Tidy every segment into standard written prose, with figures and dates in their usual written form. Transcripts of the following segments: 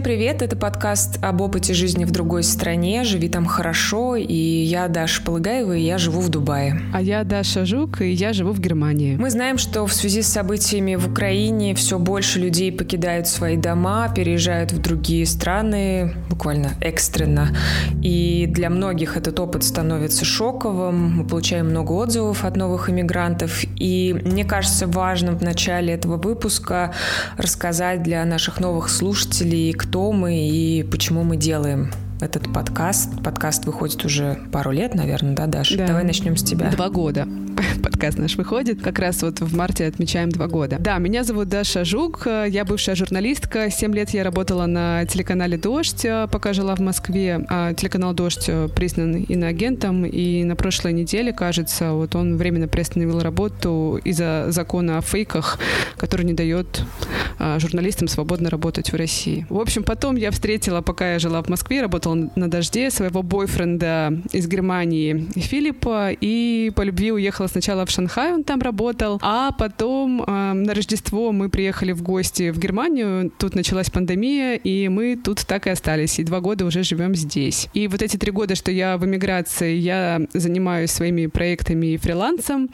привет! Это подкаст об опыте жизни в другой стране. Живи там хорошо. И я Даша Полыгаева, и я живу в Дубае. А я Даша Жук, и я живу в Германии. Мы знаем, что в связи с событиями в Украине все больше людей покидают свои дома, переезжают в другие страны, буквально экстренно. И для многих этот опыт становится шоковым. Мы получаем много отзывов от новых иммигрантов. И мне кажется важным в начале этого выпуска рассказать для наших новых слушателей, кто мы и почему мы делаем этот подкаст. Подкаст выходит уже пару лет, наверное, да, Даша? Да. Давай начнем с тебя. 2 года. Подкаст наш выходит. Как раз вот в марте отмечаем 2 года. Да, меня зовут Даша Жук. Я бывшая журналистка. 7 лет я работала на телеканале «Дождь», пока жила в Москве. Телеканал «Дождь» признан иноагентом. И на прошлой неделе, кажется, вот он временно приостановил работу из-за закона о фейках, который не дает журналистам свободно работать в России. В общем, потом я встретила, пока я жила в Москве, работала на «Дожде», своего бойфренда из Германии Филиппа, и по любви уехала сначала в Шанхай, он там работал, а потом на Рождество мы приехали в гости в Германию, тут началась пандемия, и мы тут так и остались, и 2 года уже живем здесь. И вот эти 3 года, что я в эмиграции, я занимаюсь своими проектами и фрилансом,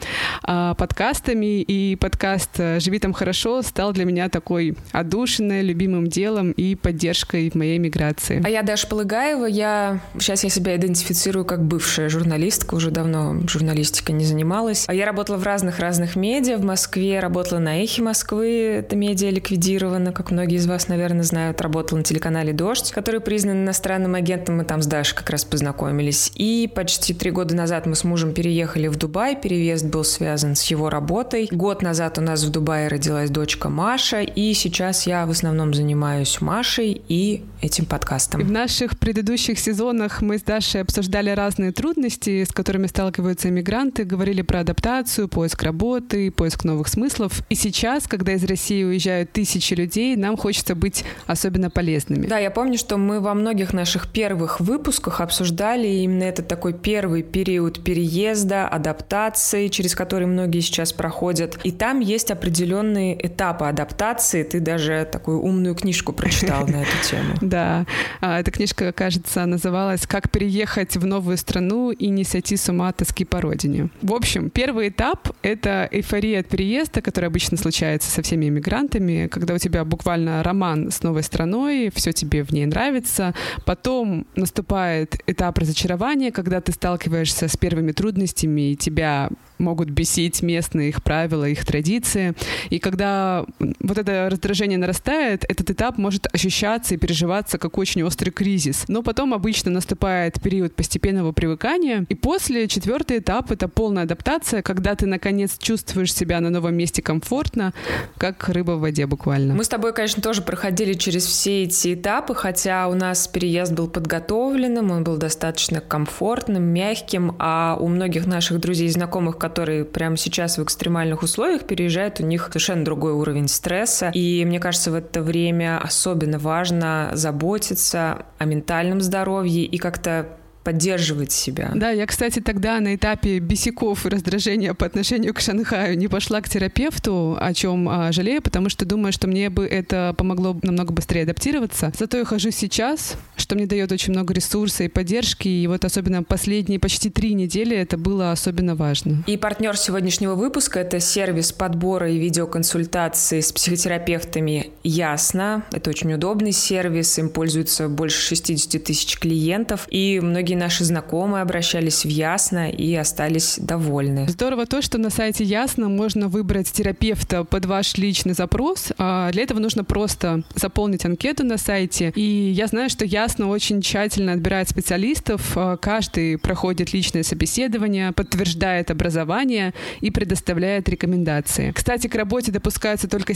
подкастами, и подкаст «Живи там хорошо» стал для меня такой отдушиной, любимым делом и поддержкой в моей эмиграции. А я Даша Полыгаева, сейчас я себя идентифицирую как бывшая журналистка, уже давно журналистикой не занималась. Я работала в разных медиа, в Москве работала на «Эхе Москвы», это медиа ликвидировано, как многие из вас, наверное, знают, работала на телеканале «Дождь», который признан иностранным агентом, мы там с Дашей как раз познакомились. И почти 3 года назад мы с мужем переехали в Дубай, переезд был связан с его работой. Год назад у нас в Дубае родилась дочка Маша, и сейчас я в основном занимаюсь Машей и этим подкастом. И в наших предыдущих сезонах мы с Дашей обсуждали разные трудности, с которыми сталкиваются иммигранты, говорили про адаптацию, поиск работы, поиск новых смыслов. И сейчас, когда из России уезжают тысячи людей, нам хочется быть особенно полезными. Да, я помню, что мы во многих наших первых выпусках обсуждали именно этот такой первый период переезда, адаптации, через который многие сейчас проходят. И там есть определенные этапы адаптации. Ты даже такую умную книжку прочитал на эту тему. Да, эта книжка, кажется, называлась «Как переехать в новую страну и не сойти с ума от тоски по родине». В общем, первый этап — это эйфория от переезда, которая обычно случается со всеми иммигрантами, когда у тебя буквально роман с новой страной, все тебе в ней нравится. Потом наступает этап разочарования, когда ты сталкиваешься с первыми трудностями, и тебя могут бесить местные их правила, их традиции. И когда вот это раздражение нарастает, этот этап может ощущаться и переживаться как очень острый кризис. Но потом обычно наступает период постепенного привыкания. И после 4-й этап — это полная адаптация, когда ты, наконец, чувствуешь себя на новом месте комфортно, как рыба в воде буквально. Мы с тобой, конечно, тоже проходили через все эти этапы, хотя у нас переезд был подготовленным, он был достаточно комфортным, мягким, а у многих наших друзей и знакомых, которые прямо сейчас в экстремальных условиях переезжают, у них совершенно другой уровень стресса. И мне кажется, в это время особенно важно заботиться о ментальном здоровье и как-то поддерживать себя. Да, я, кстати, тогда на этапе бесяков и раздражения по отношению к Шанхаю не пошла к терапевту, о чем жалею, потому что думаю, что мне бы это помогло намного быстрее адаптироваться. Зато я хожу сейчас, что мне дает очень много ресурса и поддержки, и вот особенно последние почти 3 недели это было особенно важно. И партнер сегодняшнего выпуска — это сервис подбора и видеоконсультаций с психотерапевтами «Ясно». Это очень удобный сервис, им пользуются больше 60 тысяч клиентов, и многие наши знакомые обращались в Ясно и остались довольны. Здорово то, что на сайте Ясно можно выбрать терапевта под ваш личный запрос. Для этого нужно просто заполнить анкету на сайте. И я знаю, что Ясно очень тщательно отбирает специалистов. Каждый проходит личное собеседование, подтверждает образование и предоставляет рекомендации. Кстати, к работе допускаются только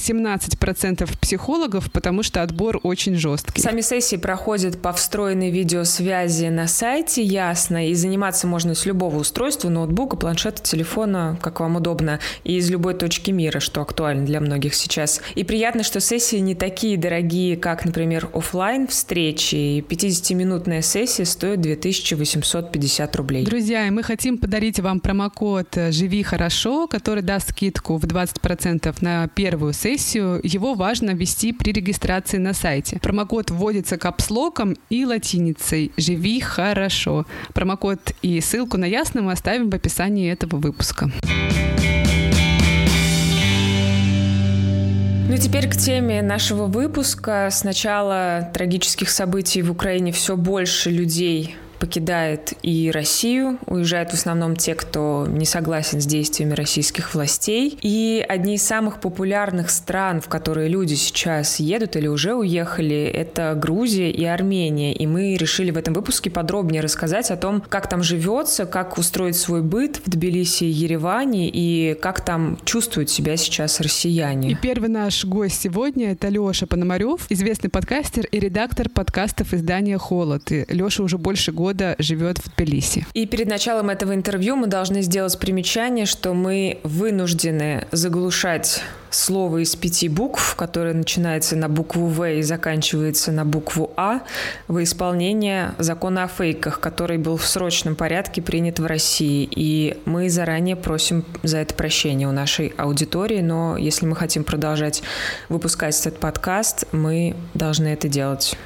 17% психологов, потому что отбор очень жесткий. Сами сессии проходят по встроенной видеосвязи на сайте, сайте ясно, и заниматься можно с любого устройства, ноутбука, планшета, телефона, как вам удобно, и из любой точки мира, что актуально для многих сейчас. И приятно, что сессии не такие дорогие, как, например, офлайн встречи. И 50-минутная сессия стоит 2850 рублей. Друзья, мы хотим подарить вам промокод «Живи хорошо», который даст скидку в 20% на первую сессию. Его важно ввести при регистрации на сайте. Промокод вводится капслоком и латиницей «Живи хорошо». Промокод и ссылку на Ясно мы оставим в описании этого выпуска. Ну, теперь к теме нашего выпуска. С начала трагических событий в Украине все больше людей покидает и Россию. Уезжают в основном те, кто не согласен с действиями российских властей. И одни из самых популярных стран, в которые люди сейчас едут или уже уехали, это Грузия и Армения. И мы решили в этом выпуске подробнее рассказать о том, как там живется, как устроить свой быт в Тбилиси и Ереване, и как там чувствуют себя сейчас россияне. И первый наш гость сегодня — это Леша Пономарев, известный подкастер и редактор подкастов издания «Холод». И Леша уже больше года живет в Тбилиси. И перед началом этого интервью мы должны сделать примечание, что мы вынуждены заглушать слово из 5 букв, которое начинается на букву «В» и заканчивается на букву «А», во исполнение закона о фейках, который был в срочном порядке принят в России. И мы заранее просим за это прощения у нашей аудитории, но если мы хотим продолжать выпускать этот подкаст, мы должны это делать.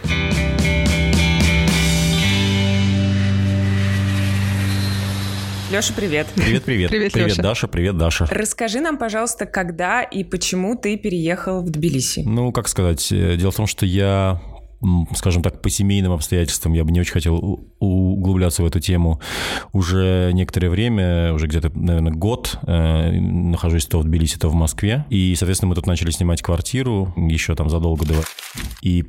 Леша, привет. Привет. Привет, Леша. Даша, привет, Даша. Расскажи нам, пожалуйста, когда и почему ты переехал в Тбилиси? Ну, как сказать, дело в том, что я, скажем так, по семейным обстоятельствам, я бы не очень хотел углубляться в эту тему. Уже некоторое время, уже где-то, наверное, год нахожусь то в Тбилиси, то в Москве. И, соответственно, мы тут начали снимать квартиру еще там задолго до... И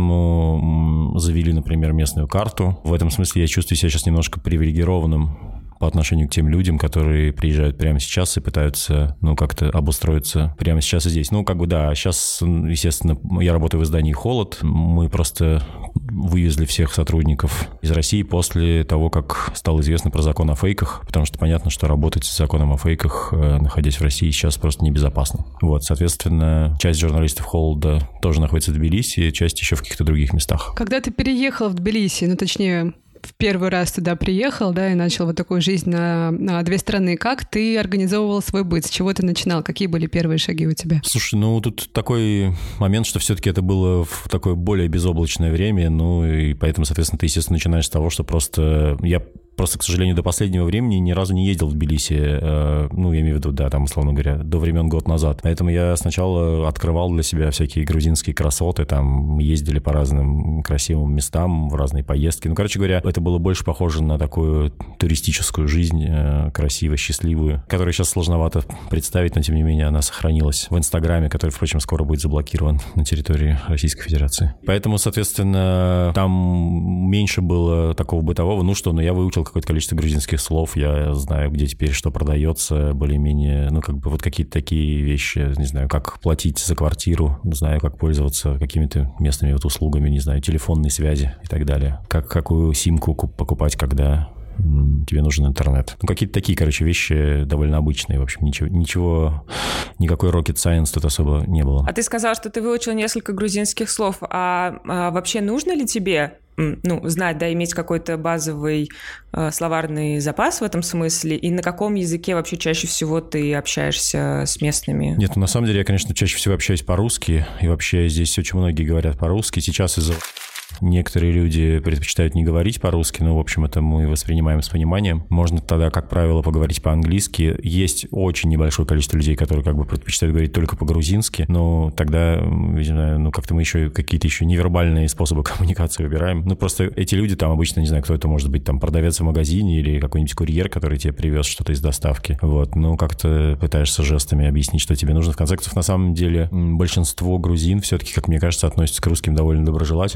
поэтому завели, например, местную карту. В этом смысле я чувствую себя сейчас немножко привилегированным по отношению к тем людям, которые приезжают прямо сейчас и пытаются, как-то обустроиться прямо сейчас и здесь. Сейчас, естественно, я работаю в издании «Холод». Мы просто вывезли всех сотрудников из России после того, как стало известно про закон о фейках, потому что понятно, что работать с законом о фейках, находясь в России, сейчас просто небезопасно. Соответственно, часть журналистов «Холода» тоже находится в Тбилиси, часть еще в каких-то других местах. Когда ты переехал в Тбилиси, точнее... в первый раз туда приехал, и начал вот такую жизнь на две страны. Как ты организовывал свой быт? С чего ты начинал? Какие были первые шаги у тебя? Слушай, тут такой момент, что все-таки это было в такое более безоблачное время, и поэтому, соответственно, ты, естественно, начинаешь с того, что я, к сожалению, до последнего времени ни разу не ездил в Тбилиси, я имею в виду, условно говоря, до времен год назад. Поэтому я сначала открывал для себя всякие грузинские красоты, ездили по разным красивым местам, в разные поездки. Короче говоря, это было больше похоже на такую туристическую жизнь, красивую, счастливую, которую сейчас сложновато представить, но, тем не менее, она сохранилась в Инстаграме, который, впрочем, скоро будет заблокирован на территории Российской Федерации. Поэтому, соответственно, там меньше было такого бытового. Я выучил какое-то количество грузинских слов, я знаю, где теперь что продается, более-менее, какие-то такие вещи, не знаю, как платить за квартиру, знаю, как пользоваться какими-то местными услугами, не знаю, телефонной связи и так далее, какую симку покупать, когда тебе нужен интернет. Какие-то такие, вещи довольно обычные. В общем, ничего, никакой rocket science тут особо не было. А ты сказал, что ты выучил несколько грузинских слов. А вообще нужно ли тебе знать, иметь какой-то базовый словарный запас в этом смысле? И на каком языке вообще чаще всего ты общаешься с местными? Нет, на самом деле я, конечно, чаще всего общаюсь по-русски. И вообще здесь очень многие говорят по-русски. Сейчас из-за... Некоторые люди предпочитают не говорить по-русски, в общем, это мы воспринимаем с пониманием. Можно тогда, как правило, поговорить по-английски. Есть очень небольшое количество людей, которые предпочитают говорить только по-грузински, но тогда, видимо, как-то мы еще какие-то невербальные способы коммуникации выбираем. Просто эти люди обычно, не знаю, кто это может быть, продавец в магазине или какой-нибудь курьер, который тебе привез что-то из доставки. Как-то пытаешься жестами объяснить, что тебе нужно. В конце концов, на самом деле, большинство грузин все-таки, как мне кажется, относятся к русским довольно доброжелательно.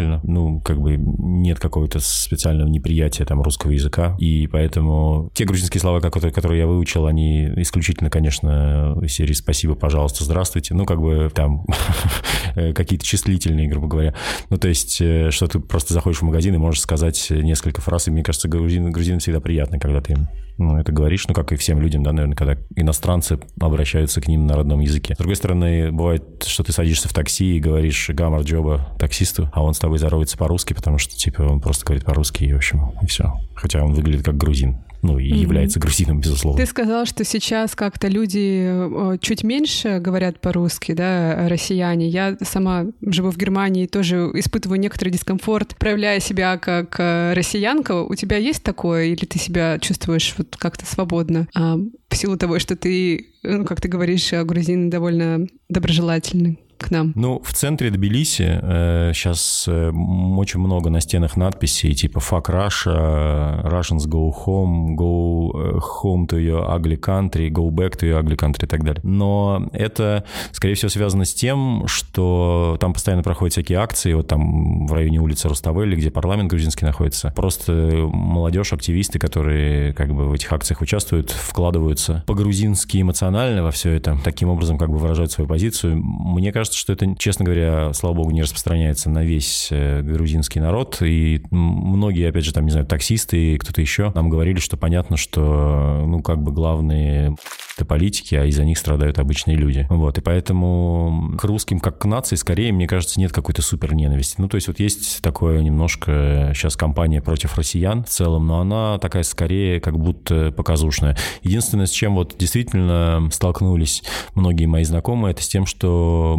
ну, как бы нет какого-то специального неприятия там русского языка, и поэтому те грузинские слова, которые я выучил, они исключительно, конечно, из серии «спасибо», «пожалуйста», «здравствуйте», ну, как бы там какие-то числительные, грубо говоря. Ну, то есть, что ты просто заходишь в магазин и можешь сказать несколько фраз, и мне кажется, грузинам всегда приятно, когда ты это говоришь, ну, как и всем людям, да, наверное, когда иностранцы обращаются к ним на родном языке. С другой стороны, бывает, что ты садишься в такси и говоришь «гамар джоба» таксисту, а он с тобой здоровается по-русски, потому что, типа, он просто говорит по-русски, и, в общем, и все. Хотя он выглядит как грузин. Ну, и является грузином, безусловно. Ты сказал, что сейчас как-то люди чуть меньше говорят по-русски, да, россияне. Я сама живу в Германии и тоже испытываю некоторый дискомфорт, проявляя себя как россиянка. У тебя есть такое? Или ты себя чувствуешь вот как-то свободно? В силу того, что ты, ну, как ты говоришь, грузин довольно доброжелательный к нам. Ну, в центре Тбилиси сейчас очень много на стенах надписей типа «Fuck Russia», «Russians go home», «Go home to your ugly country», «Go back to your ugly country» и так далее. Но это, скорее всего, связано с тем, что там постоянно проходят всякие акции, вот там в районе улицы Руставели, где парламент грузинский находится. Просто молодежь, активисты, которые как бы в этих акциях участвуют, вкладываются по-грузински эмоционально во все это, таким образом как бы выражают свою позицию. Мне кажется, что это, честно говоря, слава богу, не распространяется на весь грузинский народ, и многие, опять же, там, не знаю, таксисты и кто-то еще нам говорили, что понятно, что, ну, как бы главные это политики, а из-за них страдают обычные люди. Вот, и поэтому к русским, как к нации, скорее, мне кажется, нет какой-то супер ненависти. Ну, то есть вот есть такое немножко сейчас кампания против россиян в целом, но она такая скорее как будто показушная. Единственное, с чем вот действительно столкнулись многие мои знакомые, это с тем, что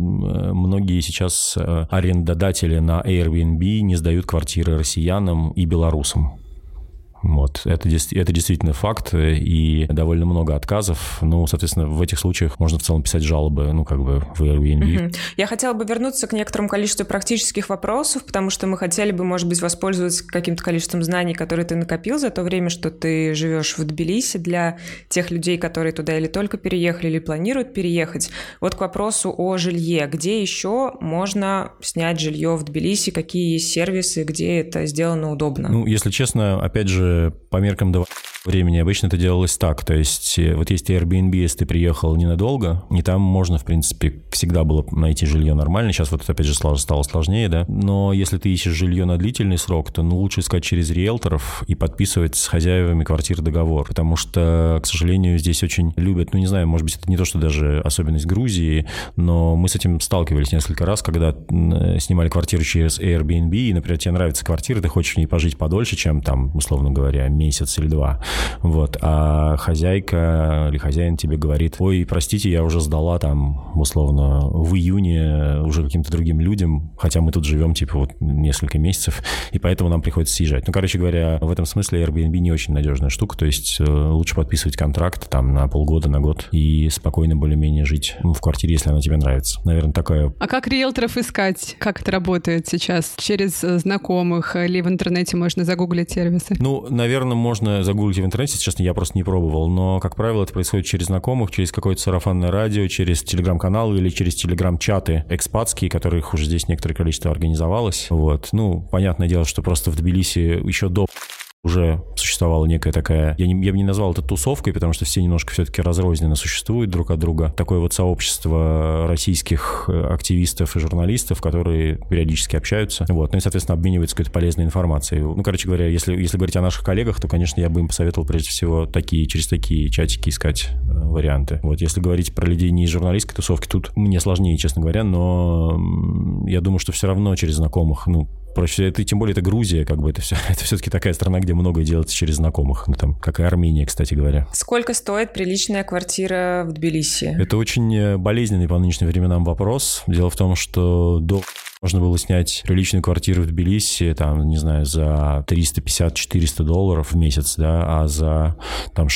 многие сейчас арендодатели на Airbnb не сдают квартиры россиянам и белорусам. Вот. Это действительно факт, и довольно много отказов. Ну, соответственно, в этих случаях можно в целом писать жалобы, ну, как бы в Airbnb. Я хотела бы вернуться к некоторому количеству практических вопросов, потому что мы хотели бы, может быть, воспользоваться каким-то количеством знаний, которые ты накопил за то время, что ты живешь в Тбилиси, для тех людей, которые туда или только переехали, или планируют переехать. Вот к вопросу о жилье. Где еще можно снять жилье в Тбилиси? Какие есть сервисы, где это сделано удобно? Ну, если честно, опять же, по меркам до времени обычно это делалось так. То есть вот есть Airbnb, если ты приехал ненадолго, и там можно, в принципе, всегда было найти жилье нормально. Сейчас вот это, опять же, стало сложнее, да. Но если ты ищешь жилье на длительный срок, то лучше искать через риэлторов и подписывать с хозяевами квартир договор. Потому что, к сожалению, здесь очень любят, ну, не знаю, может быть, это не то, что даже особенность Грузии, но мы с этим сталкивались несколько раз, когда снимали квартиру через Airbnb, и, например, тебе нравится квартира, ты хочешь в ней пожить подольше, чем там, условно говоря, месяц или два. Вот. А хозяйка или хозяин тебе говорит: ой, простите, я уже сдала там, условно, в июне уже каким-то другим людям, хотя мы тут живем, типа, вот несколько месяцев, и поэтому нам приходится съезжать. Ну, короче говоря, в этом смысле Airbnb не очень надежная штука, то есть лучше подписывать контракт там на полгода, на год и спокойно более-менее жить в квартире, если она тебе нравится. Наверное, такая... А как риэлторов искать? Как это работает сейчас? Через знакомых или в интернете можно загуглить сервисы? Ну, наверное, можно загуглить в интернете, честно, я просто не пробовал, но, как правило, это происходит через знакомых, через какое-то сарафанное радио, через телеграм-канал или через телеграм-чаты экспатские, которых уже здесь некоторое количество организовалось. Вот. Ну, понятное дело, что просто в Тбилиси еще до уже существовала некая такая... Я бы не назвал это тусовкой, потому что все немножко все-таки разрозненно существуют друг от друга. Такое вот сообщество российских активистов и журналистов, которые периодически общаются. Вот. Ну и, соответственно, обмениваются какой-то полезной информацией. Ну, короче говоря, если говорить о наших коллегах, то, конечно, я бы им посоветовал прежде всего через такие чатики искать варианты. Вот. Если говорить про людей не из журналистской тусовки, тут мне сложнее, честно говоря, но я думаю, что все равно через знакомых, ну, проще. Это, тем более, это Грузия, как бы это все-таки такая страна, где многое делается через знакомых. Ну, там, как и Армения, кстати говоря. Сколько стоит приличная квартира в Тбилиси? Это очень болезненный по нынешним временам вопрос. Дело в том, что можно было снять приличную квартиру в Тбилиси, там, не знаю, за $350-400 в месяц, да, а за там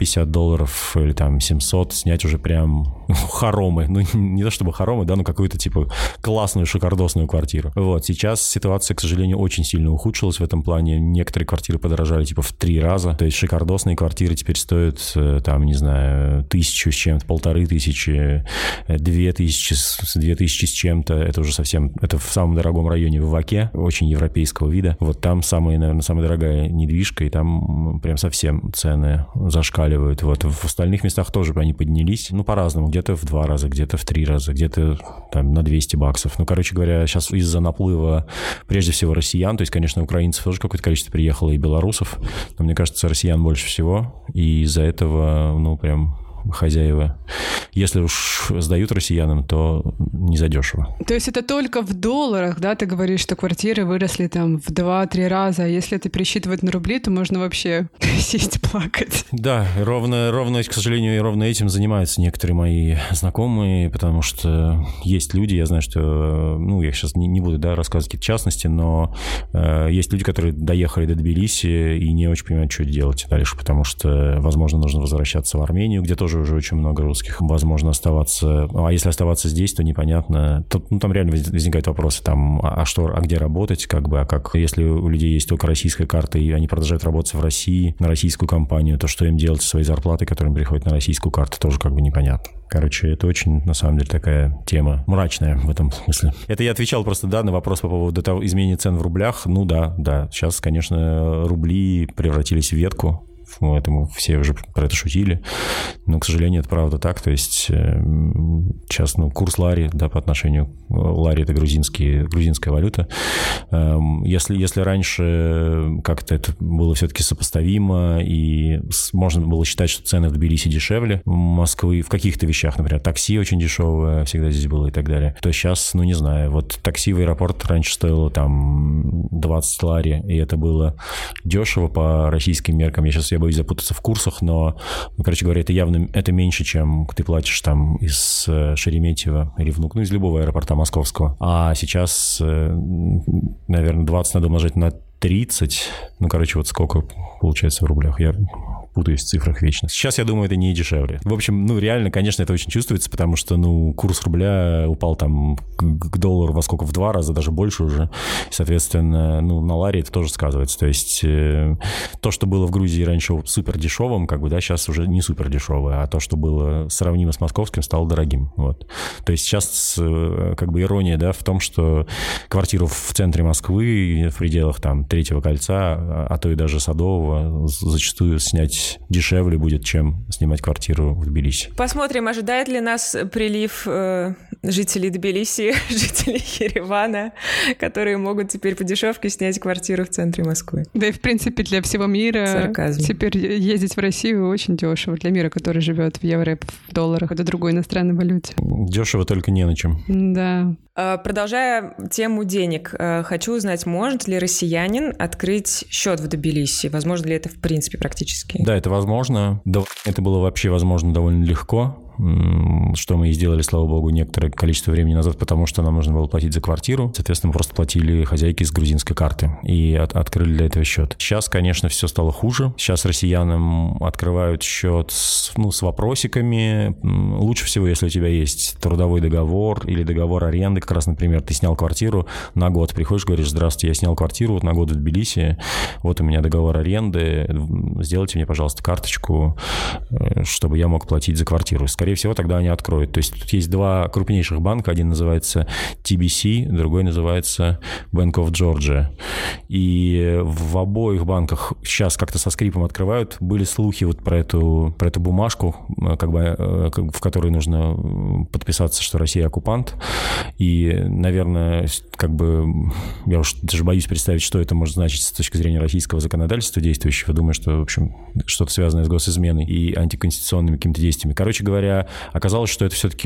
$650 или там 700 снять уже прям хоромы. Ну, не то чтобы хоромы, да, но какую-то типа классную, шикардосную квартиру. Вот, сейчас ситуация, к сожалению, очень сильно ухудшилась в этом плане. Некоторые квартиры подорожали типа в 3 раза. То есть шикардосные квартиры теперь стоят там, не знаю, 1000 с чем-то, 1500, 2000 с чем-то. Это уже совсем, это в самом дорогом районе в Иваке, очень европейского вида. Вот там наверное, самая дорогая недвижка, и там прям совсем цены зашкаливают. Вот в остальных местах тоже они поднялись, по-разному, где-то в 2 раза, где-то в 3 раза, где-то там на $200. Короче говоря, сейчас из-за наплыва, прежде всего, россиян, то есть, конечно, украинцев тоже какое-то количество приехало, и белорусов, но мне кажется, россиян больше всего, и из-за этого, прям хозяева, если уж сдают россиянам, то не задешево. То есть это только в долларах, да? Ты говоришь, что квартиры выросли там в 2-3 раза, а если это пересчитывать на рубли, то можно вообще сесть плакать. Да, ровно, к сожалению, ровно этим занимаются некоторые мои знакомые, потому что есть люди, я знаю, что, я сейчас не буду, рассказывать какие-то частности, но есть люди, которые доехали до Тбилиси и не очень понимают, что делать дальше, потому что, возможно, нужно возвращаться в Армению, где тоже уже очень много русских. Возможно, оставаться... А если оставаться здесь, то непонятно. Там реально возникают вопросы, где работать, если у людей есть только российская карта, и они продолжают работать в России, на российскую компанию, то что им делать со своей зарплатой, которая им приходит на российскую карту, тоже непонятно. Короче, это очень, на самом деле, такая тема мрачная в этом смысле. Это я отвечал просто, на вопрос по поводу изменения цен в рублях. Да. Сейчас, конечно, рубли превратились в ветку. Поэтому все уже про это шутили. Но, к сожалению, это правда так. То есть сейчас курс лари, по отношению... Лари — это грузинская валюта. Если раньше как-то это было все-таки сопоставимо, и можно было считать, что цены в Тбилиси дешевле Москвы, в каких-то вещах, например, такси очень дешевое всегда здесь было и так далее, то сейчас, не знаю, такси в аэропорт раньше стоило 20 лари, и это было дешево по российским меркам. Я боюсь запутаться в курсах, но, короче говоря, это меньше, чем ты платишь из Шереметьево или из любого аэропорта московского. А сейчас, наверное, 20 надо умножать на 30. Сколько получается в рублях? Я путаюсь в цифрах вечно. Сейчас, я думаю, это не дешевле. В общем, реально, конечно, это очень чувствуется, потому что, курс рубля упал к доллару в 2 раза, даже больше уже. И, соответственно, на ларе это тоже сказывается. То есть то, что было в Грузии раньше супер дешевым, сейчас уже не супер дешевое, а то, что было сравнимо с московским, стало дорогим. То есть сейчас ирония, в том, что квартиру в центре Москвы, в пределах 3-го кольца, а то и даже Садового, зачастую снять дешевле будет, чем снимать квартиру в Тбилиси. Посмотрим, ожидает ли нас прилив жителей Тбилиси, жителей Еревана, которые могут теперь по дешевке снять квартиру в центре Москвы. Да и, в принципе, для всего мира сарказм. Теперь ездить в Россию очень дешево. Для мира, который живет в евро, в долларах, это другой иностранной валюте. Дешево только не на чем. Да. Продолжая тему денег, хочу узнать, может ли россиянин открыть счет в Тбилиси? Возможно ли это в принципе практически? Да, это возможно. Это было вообще возможно довольно легко. Что мы и сделали, слава богу, некоторое количество времени назад, потому что нам нужно было платить за квартиру. Соответственно, мы просто платили хозяйке с грузинской карты и открыли для этого счет. Сейчас, конечно, все стало хуже. Сейчас россиянам открывают счет с вопросиками. Лучше всего, если у тебя есть трудовой договор или договор аренды. Как раз, например, ты снял квартиру на год. Приходишь, говоришь: здравствуйте, я снял квартиру на год в Тбилиси. Вот у меня договор аренды. Сделайте мне, пожалуйста, карточку, чтобы я мог платить за квартиру. Скорее всего, тогда они откроют. То есть тут есть 2 крупнейших банка. Один называется TBC, другой называется Bank of Georgia. И в обоих банках сейчас как-то со скрипом открывают. Были слухи про эту бумажку, в которой нужно подписаться, что Россия оккупант. И, наверное, я уж даже боюсь представить, что это может значить с точки зрения российского законодательства действующего. Думаю, что, в общем, что-то связанное с госизменой и антиконституционными какими-то действиями. Короче говоря, оказалось, что это все-таки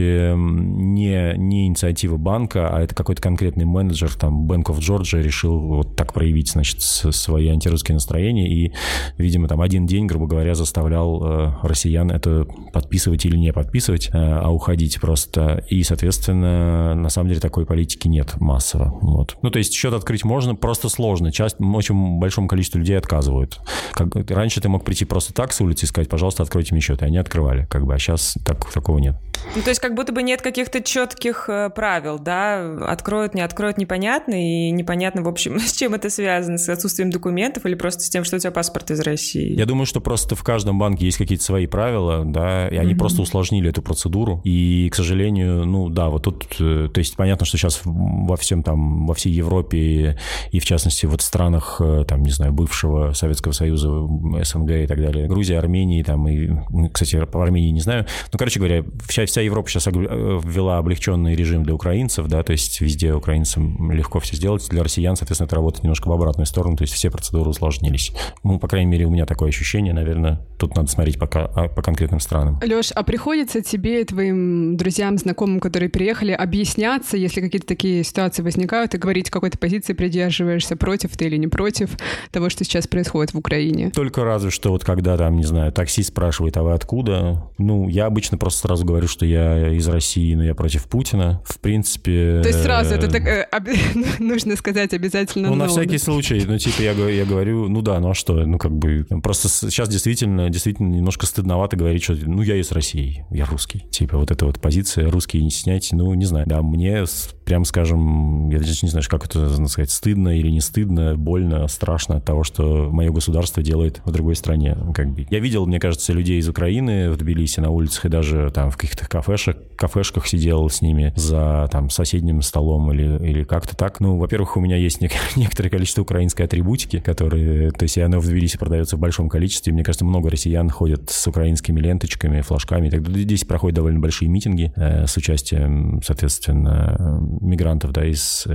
не инициатива банка, а это какой-то конкретный менеджер, Bank of Georgia, решил так проявить, свои антирусские настроения и, видимо, один день, грубо говоря, заставлял россиян это подписывать или не подписывать, а уходить просто. И, соответственно, на самом деле такой политики нет массово. То есть счет открыть можно, просто сложно. Очень большому количеству людей отказывают. Раньше ты мог прийти просто так с улицы и сказать: пожалуйста, откройте мне счет, и они открывали. А сейчас такого нет. Ну, то есть как будто бы нет каких-то четких правил, да? Откроют, не откроют, непонятно, и непонятно, в общем, с чем это связано, с отсутствием документов или просто с тем, что у тебя паспорт из России? Я думаю, что просто в каждом банке есть какие-то свои правила, да, и они просто усложнили эту процедуру, и, к сожалению, ну, да, вот тут, то есть понятно, что сейчас во всей Европе и, в частности, вот в странах, там, не знаю, бывшего Советского Союза, СНГ и так далее, Грузия, Армения, там, и, кстати, по Армении не знаю, ну, короче говоря, вся Европа сейчас ввела облегченный режим для украинцев, да, то есть везде украинцам легко все сделать. Для россиян, соответственно, это работает немножко в обратную сторону, то есть все процедуры усложнились. Ну, по крайней мере, у меня такое ощущение, наверное, тут надо смотреть по конкретным странам. Лёш, а приходится тебе и твоим друзьям, знакомым, которые приехали, объясняться, если какие-то такие ситуации возникают, и говорить, какой-то позиции придерживаешься, против ты или не против того, что сейчас происходит в Украине? Только разве что вот когда там, не знаю, таксист спрашивает, а вы откуда? Ну, я обычно просто сразу говорю, что я из России, но я против Путина. В принципе... То есть сразу это так, нужно сказать обязательно. Ну, на всякий случай. Ну, типа, я говорю, ну да, ну а что? Ну, как бы, просто сейчас действительно немножко стыдновато говорить, что, ну, я из России, я русский. Типа, вот эта вот позиция, русские не стесняйтесь, ну, не знаю. Да, мне, прям скажем, я даже не знаю, как это сказать, стыдно или не стыдно, больно, страшно от того, что мое государство делает в другой стране. Как бы. Я видел, мне кажется, людей из Украины в Тбилиси на улицах и даже там в каких-то кафешках сидел с ними за там соседним столом или как-то так. Ну, во-первых, у меня есть некоторое количество украинской атрибутики, которые, то есть, и оно в Тбилиси продается в большом количестве. Мне кажется, много россиян ходят с украинскими ленточками, флажками. Здесь проходят довольно большие митинги с участием, соответственно, мигрантов, да, из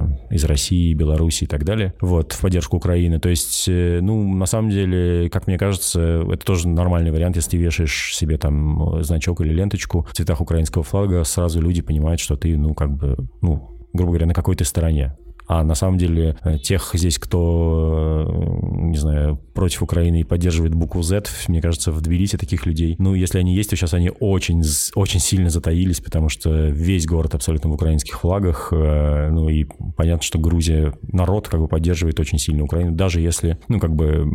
России, Беларуси и так далее, вот, в поддержку Украины. То есть, ну, на самом деле, как мне кажется, это тоже нормальный вариант, если ты вешаешь себе там значок или ленточку в цветах украинского флага, сразу люди понимают, что ты, ну, как бы, ну, грубо говоря, на какой-то стороне. А на самом деле тех здесь, кто, не знаю, против Украины и поддерживает букву Z, мне кажется, в Тбилиси таких людей, ну, если они есть, то сейчас они очень, очень сильно затаились, потому что весь город абсолютно в украинских флагах, ну, и понятно, что Грузия, народ как бы поддерживает очень сильно Украину, даже если, ну, как бы,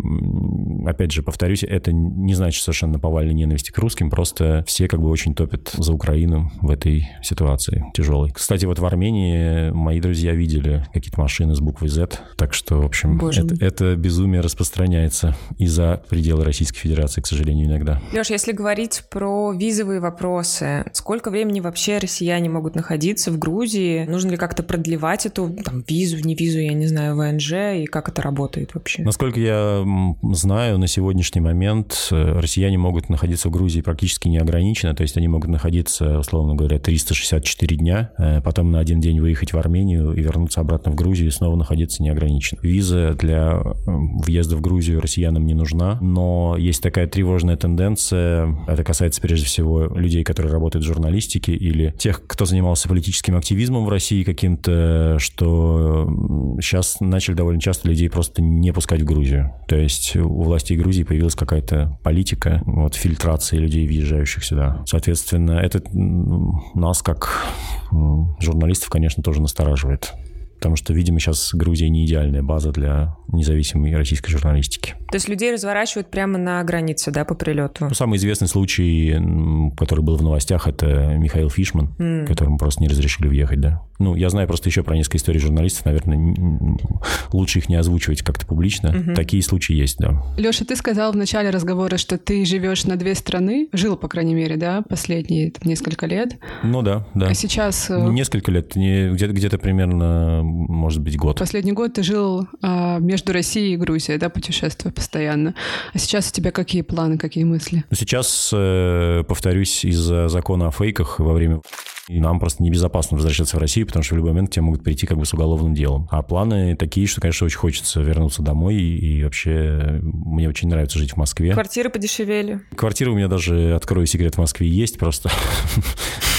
опять же, повторюсь, это не значит совершенно повальной ненависти к русским, просто все как бы очень топят за Украину в этой ситуации тяжелой. Кстати, вот в Армении мои друзья видели какие-то машины с буквой Z, так что, в общем, это безумие распространяется и за пределы Российской Федерации, к сожалению, иногда. Лёш, если говорить про визовые вопросы, сколько времени вообще россияне могут находиться в Грузии? Нужно ли как-то продлевать эту там, визу, не визу, я не знаю, ВНЖ, и как это работает вообще? Насколько я знаю, на сегодняшний момент россияне могут находиться в Грузии практически неограниченно, то есть они могут находиться, условно говоря, 364 дня, потом на один день выехать в Армению и вернуться обратно в Грузию и снова находиться неограниченно. Виза для въезда в Грузию россиянам не нужна, но есть такая тревожная тенденция, это касается прежде всего людей, которые работают в журналистике или тех, кто занимался политическим активизмом в России каким-то, что сейчас начали довольно часто людей просто не пускать в Грузию. То есть у властей Грузии появилась какая-то политика вот, фильтрации людей, въезжающих сюда. Соответственно, это нас, как журналистов, конечно, тоже настораживает. Потому что, видимо, сейчас Грузия не идеальная база для независимой российской журналистики. То есть людей разворачивают прямо на границе, да, по прилету? Ну, самый известный случай, который был в новостях, это Михаил Фишман, которому просто не разрешили въехать, да. Ну, я знаю просто еще про несколько историй журналистов, наверное, лучше их не озвучивать как-то публично. Такие случаи есть, да. Леша, ты сказал в начале разговора, что ты живешь на 2 страны, жил, по крайней мере, да, последние несколько лет. Ну да, да. А сейчас... Несколько лет, где-то примерно, может быть, год. Последний год ты жил между Россией и Грузией, да, путешествуя постоянно. А сейчас у тебя какие планы, какие мысли? Сейчас, повторюсь, из-за закона о фейках во время... И нам просто небезопасно возвращаться в Россию, потому что в любой момент к тебе могут прийти как бы с уголовным делом. А планы такие, что, конечно, очень хочется вернуться домой. И вообще мне очень нравится жить в Москве. Квартиры подешевели. Квартира у меня даже, открою секрет, в Москве есть просто.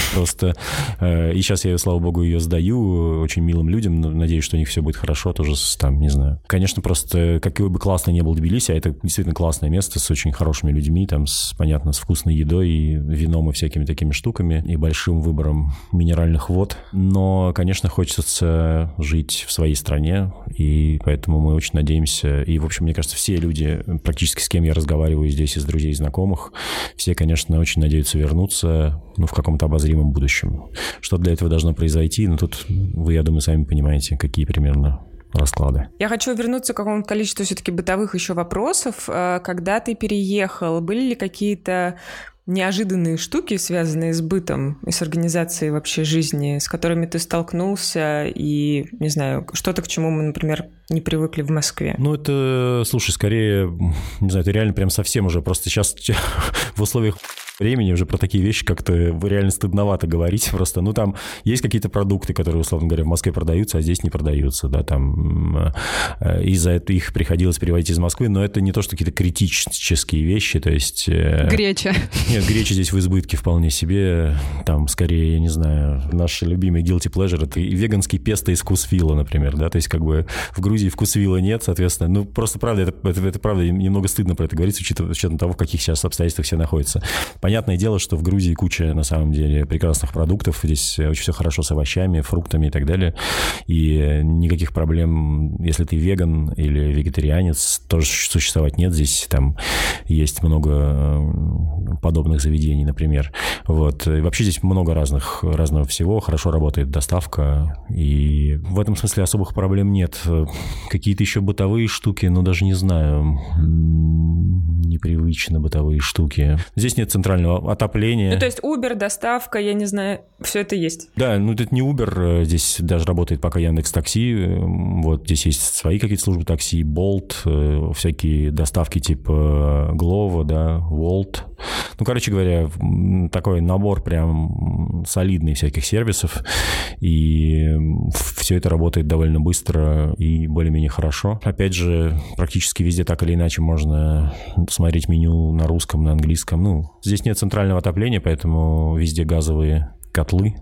Просто... И сейчас я, слава богу, ее сдаю очень милым людям. Надеюсь, что у них все будет хорошо. Тоже там, не знаю. Конечно, просто какой бы классно ни был Тбилиси, а это действительно классное место с очень хорошими людьми, там, понятно, с вкусной едой, и вином, и всякими такими штуками, и большим выбором минеральных вод. Но, конечно, хочется жить в своей стране, и поэтому мы очень надеемся. И, в общем, мне кажется, все люди, практически с кем я разговариваю здесь, из друзей и знакомых, все, конечно, очень надеются вернуться, в каком-то обозримом будущем. Что для этого должно произойти? Тут вы, я думаю, сами понимаете, какие примерно расклады. Я хочу вернуться к какому-то количеству все-таки бытовых еще вопросов. Когда ты переехал, были ли какие-то неожиданные штуки, связанные с бытом и с организацией вообще жизни, с которыми ты столкнулся и, не знаю, что-то, к чему мы, например, не привыкли в Москве? Это, слушай, скорее, не знаю, это реально прям совсем уже просто сейчас в условиях времени уже про такие вещи как-то реально стыдновато говорить просто. Там есть какие-то продукты, которые, условно говоря, в Москве продаются, а здесь не продаются, да, там из-за этого их приходилось перевозить из Москвы, но это не то, что какие-то критические вещи, то есть... Греча. Нет, греча здесь в избытке вполне себе, там, скорее, я не знаю, наш любимый guilty pleasure — это веганский песто из вкусвилла, например, да, то есть как бы в Грузии вкусвилла нет, соответственно, просто правда, это правда, немного стыдно про это говорить, с учетом того, в каких сейчас обстоятельствах все находятся. Понятное дело, что в Грузии куча, на самом деле, прекрасных продуктов. Здесь очень все хорошо с овощами, фруктами и так далее. И никаких проблем, если ты веган или вегетарианец, тоже существовать нет. Здесь там есть много подобных заведений, например. И вообще здесь много разного всего. Хорошо работает доставка. И в этом смысле особых проблем нет. Какие-то еще бытовые штуки, даже не знаю. Непривычно бытовые штуки. Здесь нет центрального отопления. То есть Uber, доставка, я не знаю, все это есть. Да, это не Uber, здесь даже работает пока Яндекс.Такси. Здесь есть свои какие-то службы такси, Bolt, всякие доставки типа Glovo, да, Wolt. Короче говоря, такой набор прям солидный всяких сервисов. И все это работает довольно быстро и более-менее хорошо. Опять же, практически везде так или иначе можно посмотреть меню на русском, на английском. Здесь нет центрального отопления, поэтому везде газовые котлы,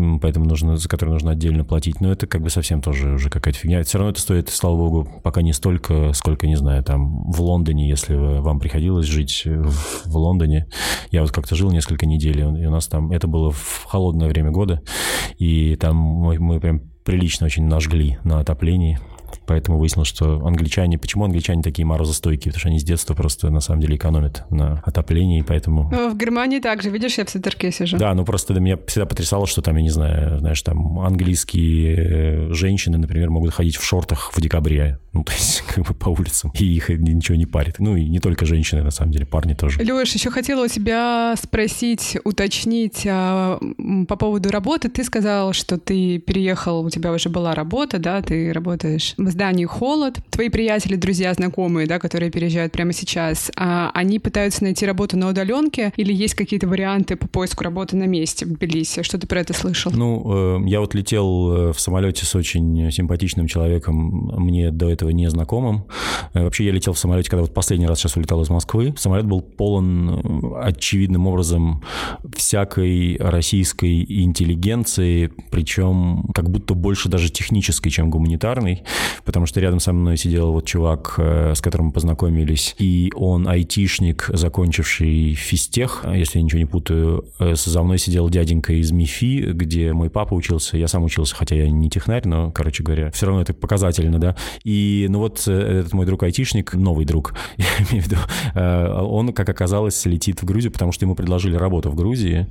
за которые нужно отдельно платить. Но это как бы совсем тоже уже какая-то фигня. Все равно это стоит, слава богу, пока не столько, сколько, не знаю, там в Лондоне, если вам приходилось жить в Лондоне. Я как-то жил несколько недель, и у нас там, это было в холодное время года, и там мы прям прилично очень нажгли на отоплении. Поэтому выяснилось, что почему англичане такие морозостойкие? Потому что они с детства просто, на самом деле, экономят на отоплении, поэтому... В Германии также, видишь, я в свитерке сижу. Да, просто меня всегда потрясало, что там, я не знаю, знаешь, там английские женщины, например, могут ходить в шортах в декабре, то есть как бы по улицам, и их ничего не парит. И не только женщины, на самом деле, парни тоже. Лёш, еще хотела у тебя спросить, уточнить по поводу работы. Ты сказал, что ты переехал, у тебя уже была работа, да, ты работаешь в здании «Холод». Твои приятели, друзья, знакомые, да, которые переезжают прямо сейчас, они пытаются найти работу на удаленке или есть какие-то варианты по поиску работы на месте в Тбилиси? Что ты про это слышал? Я летел в самолете с очень симпатичным человеком, мне до этого незнакомым. Вообще, я летел в самолете, когда последний раз сейчас улетал из Москвы. Самолет был полон очевидным образом всякой российской интеллигенции, причем как будто больше даже технической, чем гуманитарной. Потому что рядом со мной сидел чувак, с которым мы познакомились, и он айтишник, закончивший физтех, если я ничего не путаю. За мной сидел дяденька из МИФИ, где мой папа учился, я сам учился, хотя я не технарь, но, короче говоря, все равно это показательно, да. И, этот мой друг айтишник, новый друг, я имею в виду, он, как оказалось, летит в Грузию, потому что ему предложили работу в Грузии,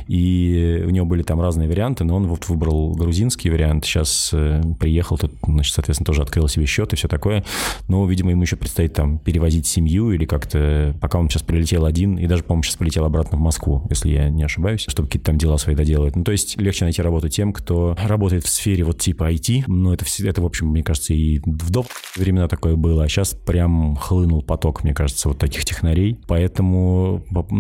и у него были там разные варианты, но он выбрал грузинский вариант, сейчас приехал, тут, соответственно, тоже открыл себе счет и все такое. Но, видимо, ему еще предстоит там перевозить семью или как-то, пока он сейчас прилетел один, и даже, по-моему, сейчас полетел обратно в Москву, если я не ошибаюсь, чтобы какие-то там дела свои доделать. То есть легче найти работу тем, кто работает в сфере типа IT. Но это, в общем, мне кажется, и в до времена такое было, а сейчас прям хлынул поток, мне кажется, таких технарей. Поэтому,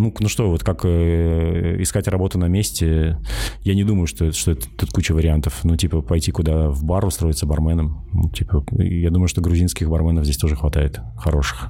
как искать работу на месте, я не думаю, что это тут куча вариантов. Пойти куда в бар устроиться барменом. Я думаю, что грузинских барменов здесь тоже хватает, хороших.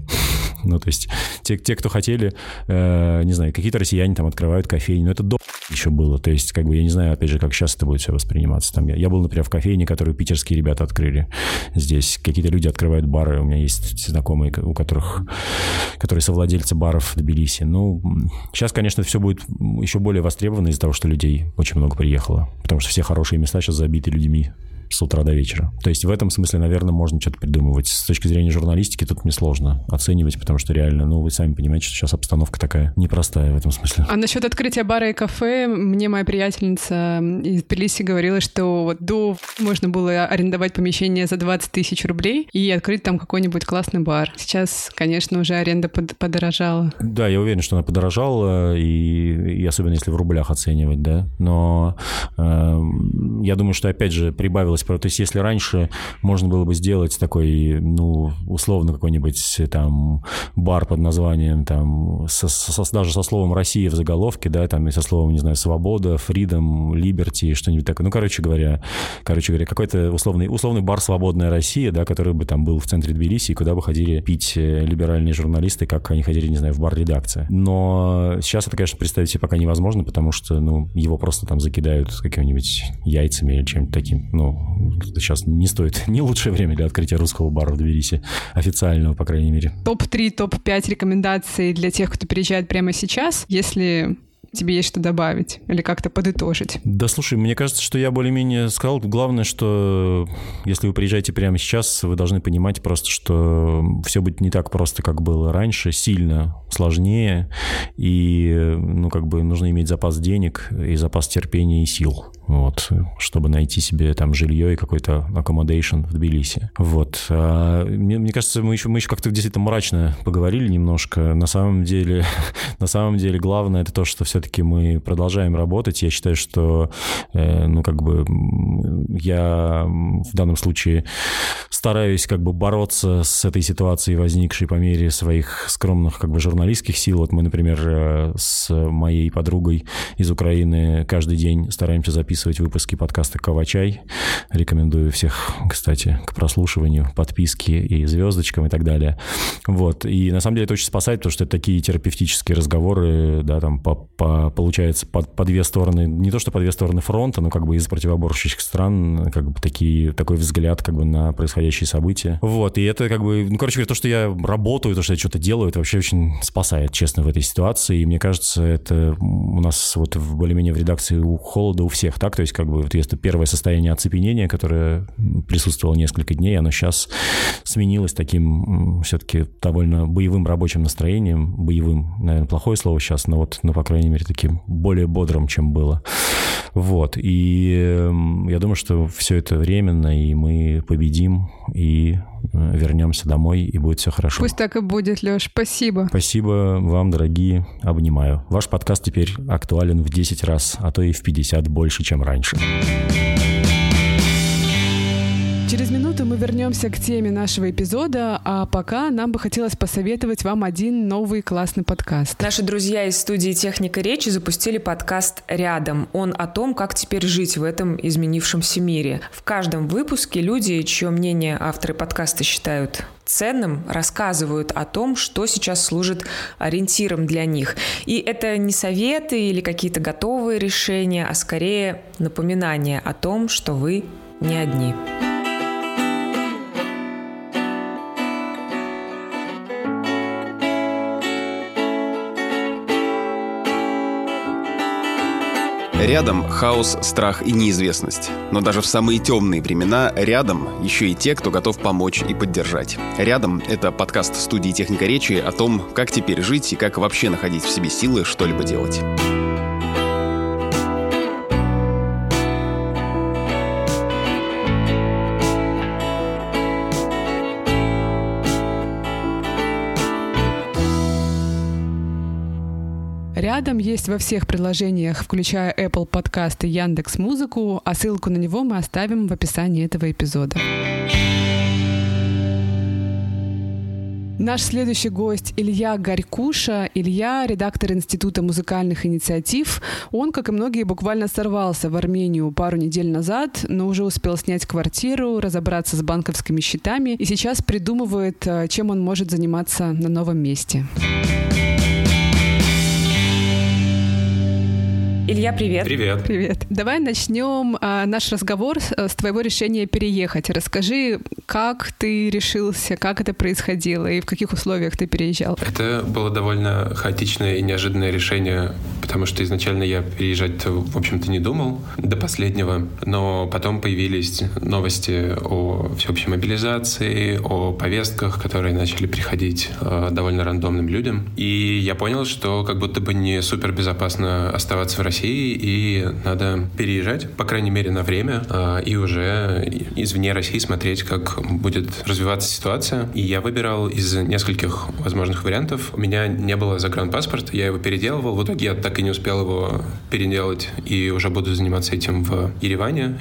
То есть те, кто хотели, не знаю, какие-то россияне там открывают кофейни, но это еще было. То есть, как бы, я не знаю, опять же, как сейчас это будет все восприниматься. Там я был, например, в кофейне, которую питерские ребята открыли здесь. Какие-то люди открывают бары. У меня есть знакомые, которые совладельцы баров в Тбилиси. Ну, сейчас, конечно, все будет еще более востребовано из-за того, что людей очень много приехало. Потому что все хорошие места сейчас забиты людьми с утра до вечера. То есть в этом смысле, наверное, можно что-то придумывать. С точки зрения журналистики тут мне сложно оценивать, потому что реально, ну, вы сами понимаете, что сейчас обстановка такая непростая в этом смысле. А насчет открытия бара и кафе, мне моя приятельница из Тбилиси говорила, что вот до можно было арендовать помещение за 20 тысяч рублей и открыть там какой-нибудь классный бар. Сейчас, конечно, уже аренда подорожала. Да, я уверен, что она подорожала, и особенно если в рублях оценивать, да. Но я думаю, что, опять же, прибавилось. То есть, если раньше можно было бы сделать такой, ну, условно, какой-нибудь там бар под названием, там, даже со словом «Россия» в заголовке, да, там, и со словом, не знаю, «Свобода», «Freedom», «Liberty», что-нибудь такое. Ну, короче говоря, какой-то условный бар «Свободная Россия», да, который бы там был в центре Тбилиси, и куда бы ходили пить либеральные журналисты, как они ходили, не знаю, в бар-редакция. Но сейчас это, конечно, представить себе пока невозможно, потому что, ну, его просто там закидают какими-нибудь яйцами или чем-то таким, ну, сейчас не стоит, не лучшее время для открытия русского бара в Тбилиси, официального, по крайней мере. Топ-3, топ-5 рекомендаций для тех, кто приезжает прямо сейчас, если тебе есть что добавить или как-то подытожить? Да, слушай, мне кажется, что я более-менее сказал. Главное, что если вы приезжаете прямо сейчас, вы должны понимать просто, что все будет не так просто, как было раньше, сильно сложнее, и, ну, как бы нужно иметь запас денег и запас терпения и сил, вот, чтобы найти себе там жилье и какой-то accommodation в Тбилиси. Вот. Мне кажется, мы еще как-то действительно мрачно поговорили немножко. На самом деле главное это то, что все-таки мы продолжаем работать. Я считаю, что, ну, как бы я в данном случае стараюсь как бы бороться с этой ситуацией, возникшей по мере своих скромных как бы журналистских сил. Вот мы, например, с моей подругой из Украины каждый день стараемся записывать выпуски подкаста «Кава-чай». Рекомендую всех, кстати, к прослушиванию, подписке и звездочкам и так далее. Вот. И на самом деле это очень спасает, потому что это такие терапевтические разговоры, да, там получается по две стороны, не то что по две стороны фронта, но как бы из противоборствующих стран, как бы такой взгляд как бы на происходящие события. Вот. И это как бы, ну, короче говоря, то, что я работаю, то, что я что-то делаю, это вообще очень спасает, честно, в этой ситуации. И мне кажется, это у нас вот более-менее в редакции у холода у всех, так? То есть как бы вот если первое состояние оцепенения, которое присутствовало несколько дней, оно сейчас сменилось таким все-таки довольно боевым рабочим настроением. Боевым, наверное, плохое слово сейчас, но вот, ну, по крайней мере, таким более бодрым, чем было. Вот. И я думаю, что все это временно, и мы победим, и вернемся домой, и будет все хорошо. Пусть так и будет, Лёш. Спасибо. Спасибо вам, дорогие. Обнимаю. Ваш подкаст теперь актуален в 10 раз, а то и в 50 больше, чем раньше. Через минуту мы вернемся к теме нашего эпизода, а пока нам бы хотелось посоветовать вам один новый классный подкаст. Наши друзья из студии «Техника речи» запустили подкаст «Рядом». Он о том, как теперь жить в этом изменившемся мире. В каждом выпуске люди, чье мнение авторы подкаста считают ценным, рассказывают о том, что сейчас служит ориентиром для них. И это не советы или какие-то готовые решения, а скорее напоминание о том, что вы не одни. Рядом хаос, страх и неизвестность. Но даже в самые темные времена рядом еще и те, кто готов помочь и поддержать. «Рядом» — это подкаст студии «Техника речи» о том, как теперь жить и как вообще находить в себе силы что-либо делать. «Рядом» есть во всех приложениях, включая Apple подкасты, Яндекс.Музыку, а ссылку на него мы оставим в описании этого эпизода. Наш следующий гость Илья Горькуша. Илья — редактор Института музыкальных инициатив. Он, как и многие, буквально сорвался в Армению пару недель назад, но уже успел снять квартиру, разобраться с банковскими счетами и сейчас придумывает, чем он может заниматься на новом месте. Илья, привет. Привет. Привет. Давай начнем наш разговор с твоего решения переехать. Расскажи, как ты решился, как это происходило и в каких условиях ты переезжал? Это было довольно хаотичное и неожиданное решение, потому что изначально я переезжать, в общем-то, не думал до последнего, но потом появились новости о всеобщей мобилизации, о повестках, которые начали приходить довольно рандомным людям. И я понял, что как будто бы не супер безопасно оставаться в России, и надо переезжать, по крайней мере, на время, и уже извне России смотреть, как будет развиваться ситуация. И я выбирал из нескольких возможных вариантов. У меня не было загранпаспорта, я его переделывал. В итоге я так и не успел его переделать, и уже буду заниматься этим в Ереване.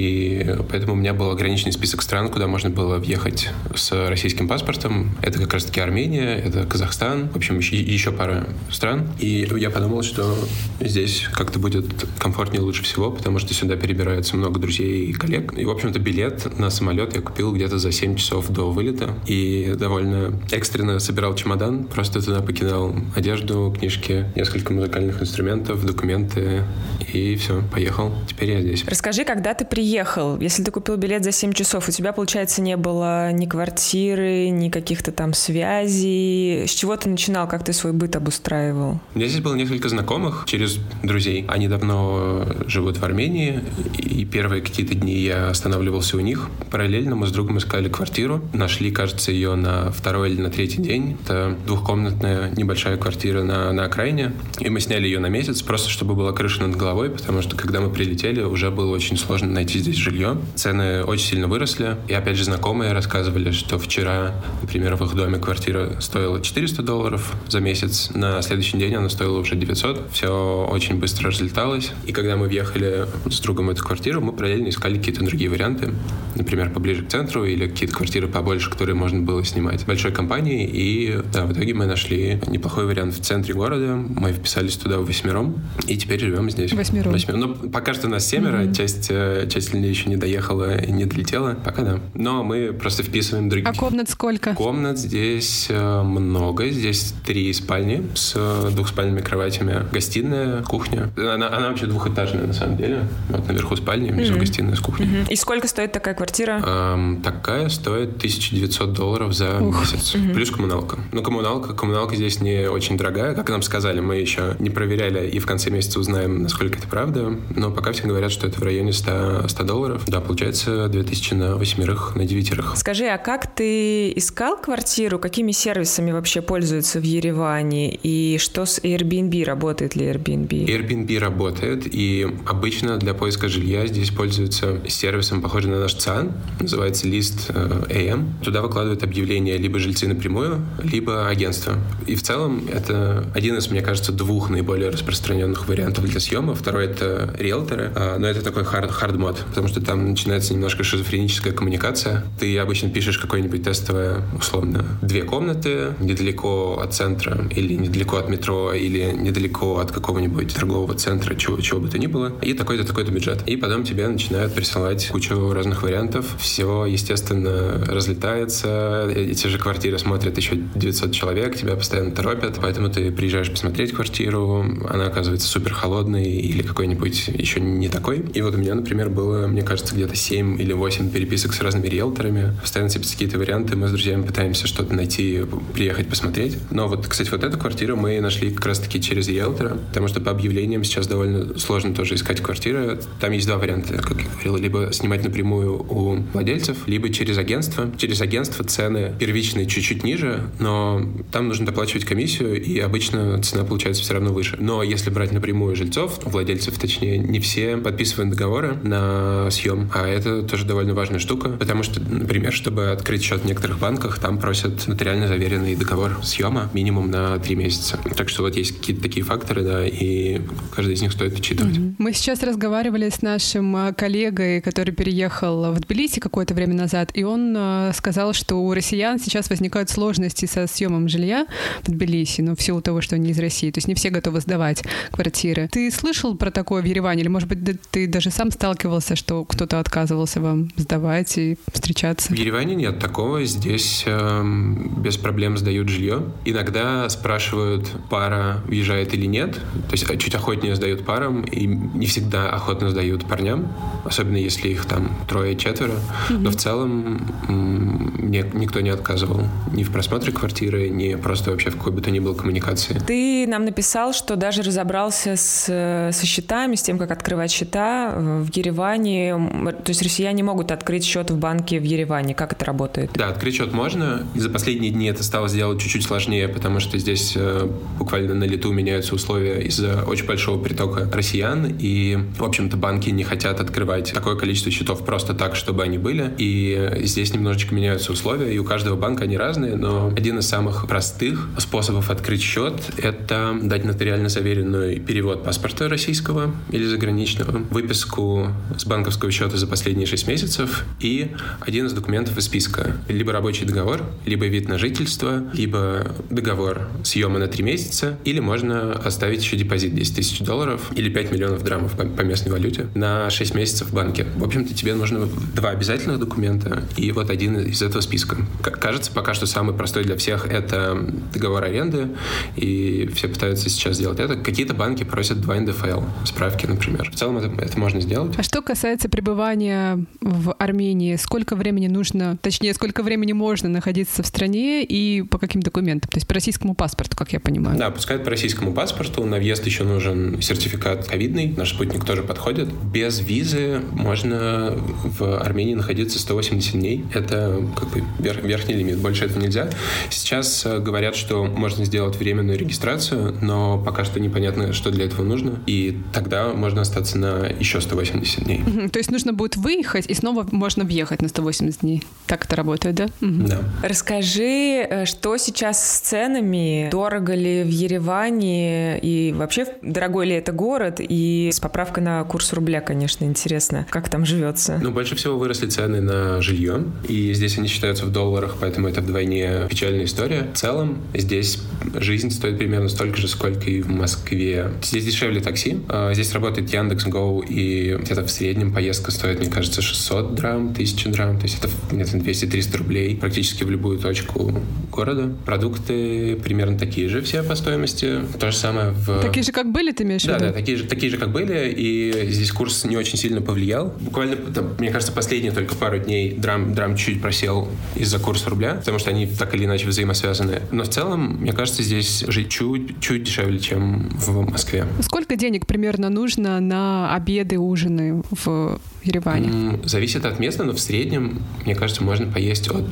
И поэтому у меня был ограниченный список стран, куда можно было въехать с российским паспортом. Это как раз-таки Армения, это Казахстан, в общем, еще пара стран. И я подумал, что здесь как-то будет комфортнее лучше всего, потому что сюда перебирается много друзей и коллег. И, в общем-то, билет на самолет я купил где-то за 7 часов до вылета. И довольно экстренно собирал чемодан, просто туда покидал одежду, книжки, несколько музыкальных инструментов, документы, и все, поехал. Теперь я здесь. Расскажи, когда ты приехал? Если ты купил билет за 7 часов, у тебя, получается, не было ни квартиры, ни каких-то там связей. С чего ты начинал? Как ты свой быт обустраивал? У меня здесь было несколько знакомых через друзей. Они давно живут в Армении, и первые какие-то дни я останавливался у них. Параллельно мы с другом искали квартиру. Нашли, кажется, ее на второй или на третий день. Это двухкомнатная небольшая квартира на окраине. И мы сняли ее на месяц, просто чтобы была крыша над головой, потому что, когда мы прилетели, уже было очень сложно найти здесь жилье. Цены очень сильно выросли. И, опять же, знакомые рассказывали, что вчера, например, в их доме квартира стоила $400 за месяц. На следующий день она стоила уже 900. Все очень быстро разлеталось. И когда мы въехали с другом в эту квартиру, мы параллельно искали какие-то другие варианты. Например, поближе к центру или какие-то квартиры побольше, которые можно было снимать большой компанией. И да, в итоге мы нашли неплохой вариант в центре города. Мы вписались туда восьмером. И теперь живем здесь. Восьмером. Ну, пока что нас 7, часть людей еще не доехала и не долетела. Пока да. Но мы просто вписываем другие. А комнат сколько? Комнат здесь много. Здесь 3 спальни с двухспальными кроватями. Гостиная, кухня. Она вообще двухэтажная на самом деле. Вот наверху спальня, внизу гостиная с кухней. И сколько стоит такая квартира? Такая стоит $1900 за месяц. Плюс коммуналка. Но коммуналка здесь не очень дорогая. Как нам сказали, мы еще не проверяли и в конце месяца узнаем, насколько это правда. Но пока все говорят, что это в районе $100. Да, получается 2000 на 8, на 9. Скажи, а как ты искал квартиру? Какими сервисами вообще пользуются в Ереване? И что с Airbnb? Работает ли Airbnb? Airbnb работает, и обычно для поиска жилья здесь пользуются сервисом, похожим на наш ЦИАН, называется List.am. Туда выкладывают объявления либо жильцы напрямую, либо агентство. И в целом это один из, мне кажется, 2 наиболее распространенных вариантов для съема. Второй — это риэлторы, но это такой hard-мод, потому что там начинается немножко шизофреническая коммуникация. Ты обычно пишешь какое-нибудь тестовое, условно, 2 комнаты, недалеко от центра, или недалеко от метро, или недалеко от какого-нибудь торгового центра, чего бы то ни было, и такой-то, такой-то бюджет. И потом тебе начинают присылать кучу разных вариантов. Все, естественно, разлетается. Эти же квартиры смотрят еще 900 человек, тебя постоянно торопят, поэтому ты приезжаешь посмотреть квартиру, она оказывается супер холодной или какой-нибудь еще не такой. И вот у меня, например, было, мне кажется, где-то 7 или 8 переписок с разными риэлторами. Постоянно сыпятся какие-то варианты, мы с друзьями пытаемся что-то найти, приехать посмотреть. Но вот, кстати, вот эту квартиру мы нашли как раз-таки через риэлтора, потому что по объявлениям сейчас довольно сложно тоже искать квартиры. Там есть 2 варианта, как я говорил, либо снимать напрямую у владельцев, либо через агентство. Через агентство цены первичные чуть-чуть ниже, но там нужно доплачивать комиссию, и обычно цена получается все равно выше. Но если брать напрямую жильцов, владельцев точнее, не все подписывают договоры на съем, а это тоже довольно важная штука, потому что, например, чтобы открыть счет в некоторых банках, там просят нотариально заверенный договор съема минимум на 3 месяца. Так что вот есть какие-то такие факторы, да, и каждый из них стоит учитывать. Мы сейчас разговаривали с нашим коллегой, который переехал в Тбилиси какое-то время назад, и он сказал, что у россиян сейчас возникают сложности со съемом жилья в Тбилиси, но в силу того, что они из России. То есть не все готовы сдавать сдавать квартиры. Ты слышал про такое в Ереване? Или, может быть, ты даже сам сталкивался, что кто-то отказывался вам сдавать и встречаться? В Ереване нет такого. Здесь без проблем сдают жилье. Иногда спрашивают, пара въезжает или нет. То есть чуть охотнее сдают парам, и не всегда охотно сдают парням, особенно если их там 3-4. Но в целом мне никто не отказывал ни в просмотре квартиры, ни просто вообще в какой бы то ни было коммуникации. Ты нам написал, что даже разобрался со счетами, с тем, как открывать счета в Ереване. То есть россияне могут открыть счет в банке в Ереване. Как это работает? Да, открыть счет можно. За последние дни это стало сделать чуть-чуть сложнее, потому что здесь буквально на лету меняются условия из-за очень большого притока россиян. И, в общем-то, банки не хотят открывать такое количество счетов просто так, чтобы они были. И здесь немножечко меняются условия, и у каждого банка они разные, но один из самых простых способов открыть счет — это дать нотариально заверенный перевод паспорта российского или заграничного, выписку с банковского счета за последние 6 месяцев и один из документов из списка. Либо рабочий договор, либо вид на жительство, либо договор съема на 3 месяца, или можно оставить еще депозит $10 000 или 5 миллионов драмов по местной валюте на 6 месяцев в банке. В общем-то, тебе нужно 2 обязательных документа и вот один из этого списка. Кажется, пока что самый простой для всех — это договор аренды, и все пытаются сейчас сделать это. Какие-то банки просят 2 НДФЛ, справки, например. В целом это можно сделать. А что касается пребывания в Армении, сколько времени нужно, точнее, сколько времени можно находиться в стране и по каким документам? То есть по российскому паспорту, как я понимаю. Да, пускают по российскому паспорту. На въезд еще нужен сертификат ковидный. Наш спутник тоже подходит. Без визы можно в Армении находиться 180 дней. Это как бы верхний лимит. Больше этого нельзя. Сейчас говорят, что можно сделать временную регистрацию, но пока что непонятно, что для этого нужно. И тогда можно остаться на еще 180 дней. То есть нужно будет выехать, и снова можно въехать на 180 дней. Так это работает, да? Да. Расскажи, что сейчас с ценами? Дорого ли в Ереване? И вообще, дорогой ли это город? И с поправкой на курс рубля, конечно, интересно, как там живется. Больше всего выросли цены на жилье. И здесь они считаются в долларах, поэтому это вдвойне печальная история. В целом, здесь жизнь стоит примерно столько же, сколько и в Москве. Здесь дешевле такси. Здесь работает Яндекс.Гоу, и где-то в среднем поездка стоит, мне кажется, 600 драм, 1000 драм. То есть это где-то 200-300 рублей практически в любую точку города. Продукты примерно такие же все по стоимости. То же самое в... Такие же, как были, ты имеешь в виду? Да, такие же, как были. И здесь курс не очень сильно повлиял. Буквально, мне кажется, последние только пару дней драм чуть просел из-за курса рубля, потому что они так или иначе взаимосвязаны. Но в целом, мне кажется, здесь жить чуть дешевле, чем в Москве. Сколько денег примерно нужно на обеды, ужины в Ереване? Зависит от места, но в среднем, мне кажется, можно поесть от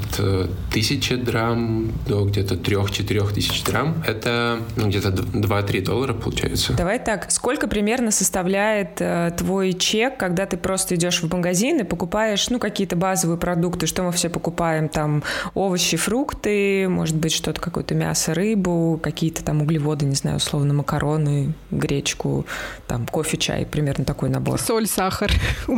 1000 драм до где-то 3-4 тысяч драм. Это где-то $2-3 получается. Давай так, сколько примерно составляет твой чек, когда ты просто идешь в магазин и покупаешь, какие-то базовые продукты, что мы все покупаем, там, овощи, фрукты, может быть, что-то, какое-то мясо, рыбу, какие-то там углеводы, не знаю, условно, макароны, гречку, там, кофе, чай, примерно такой набор. Соль, сахар,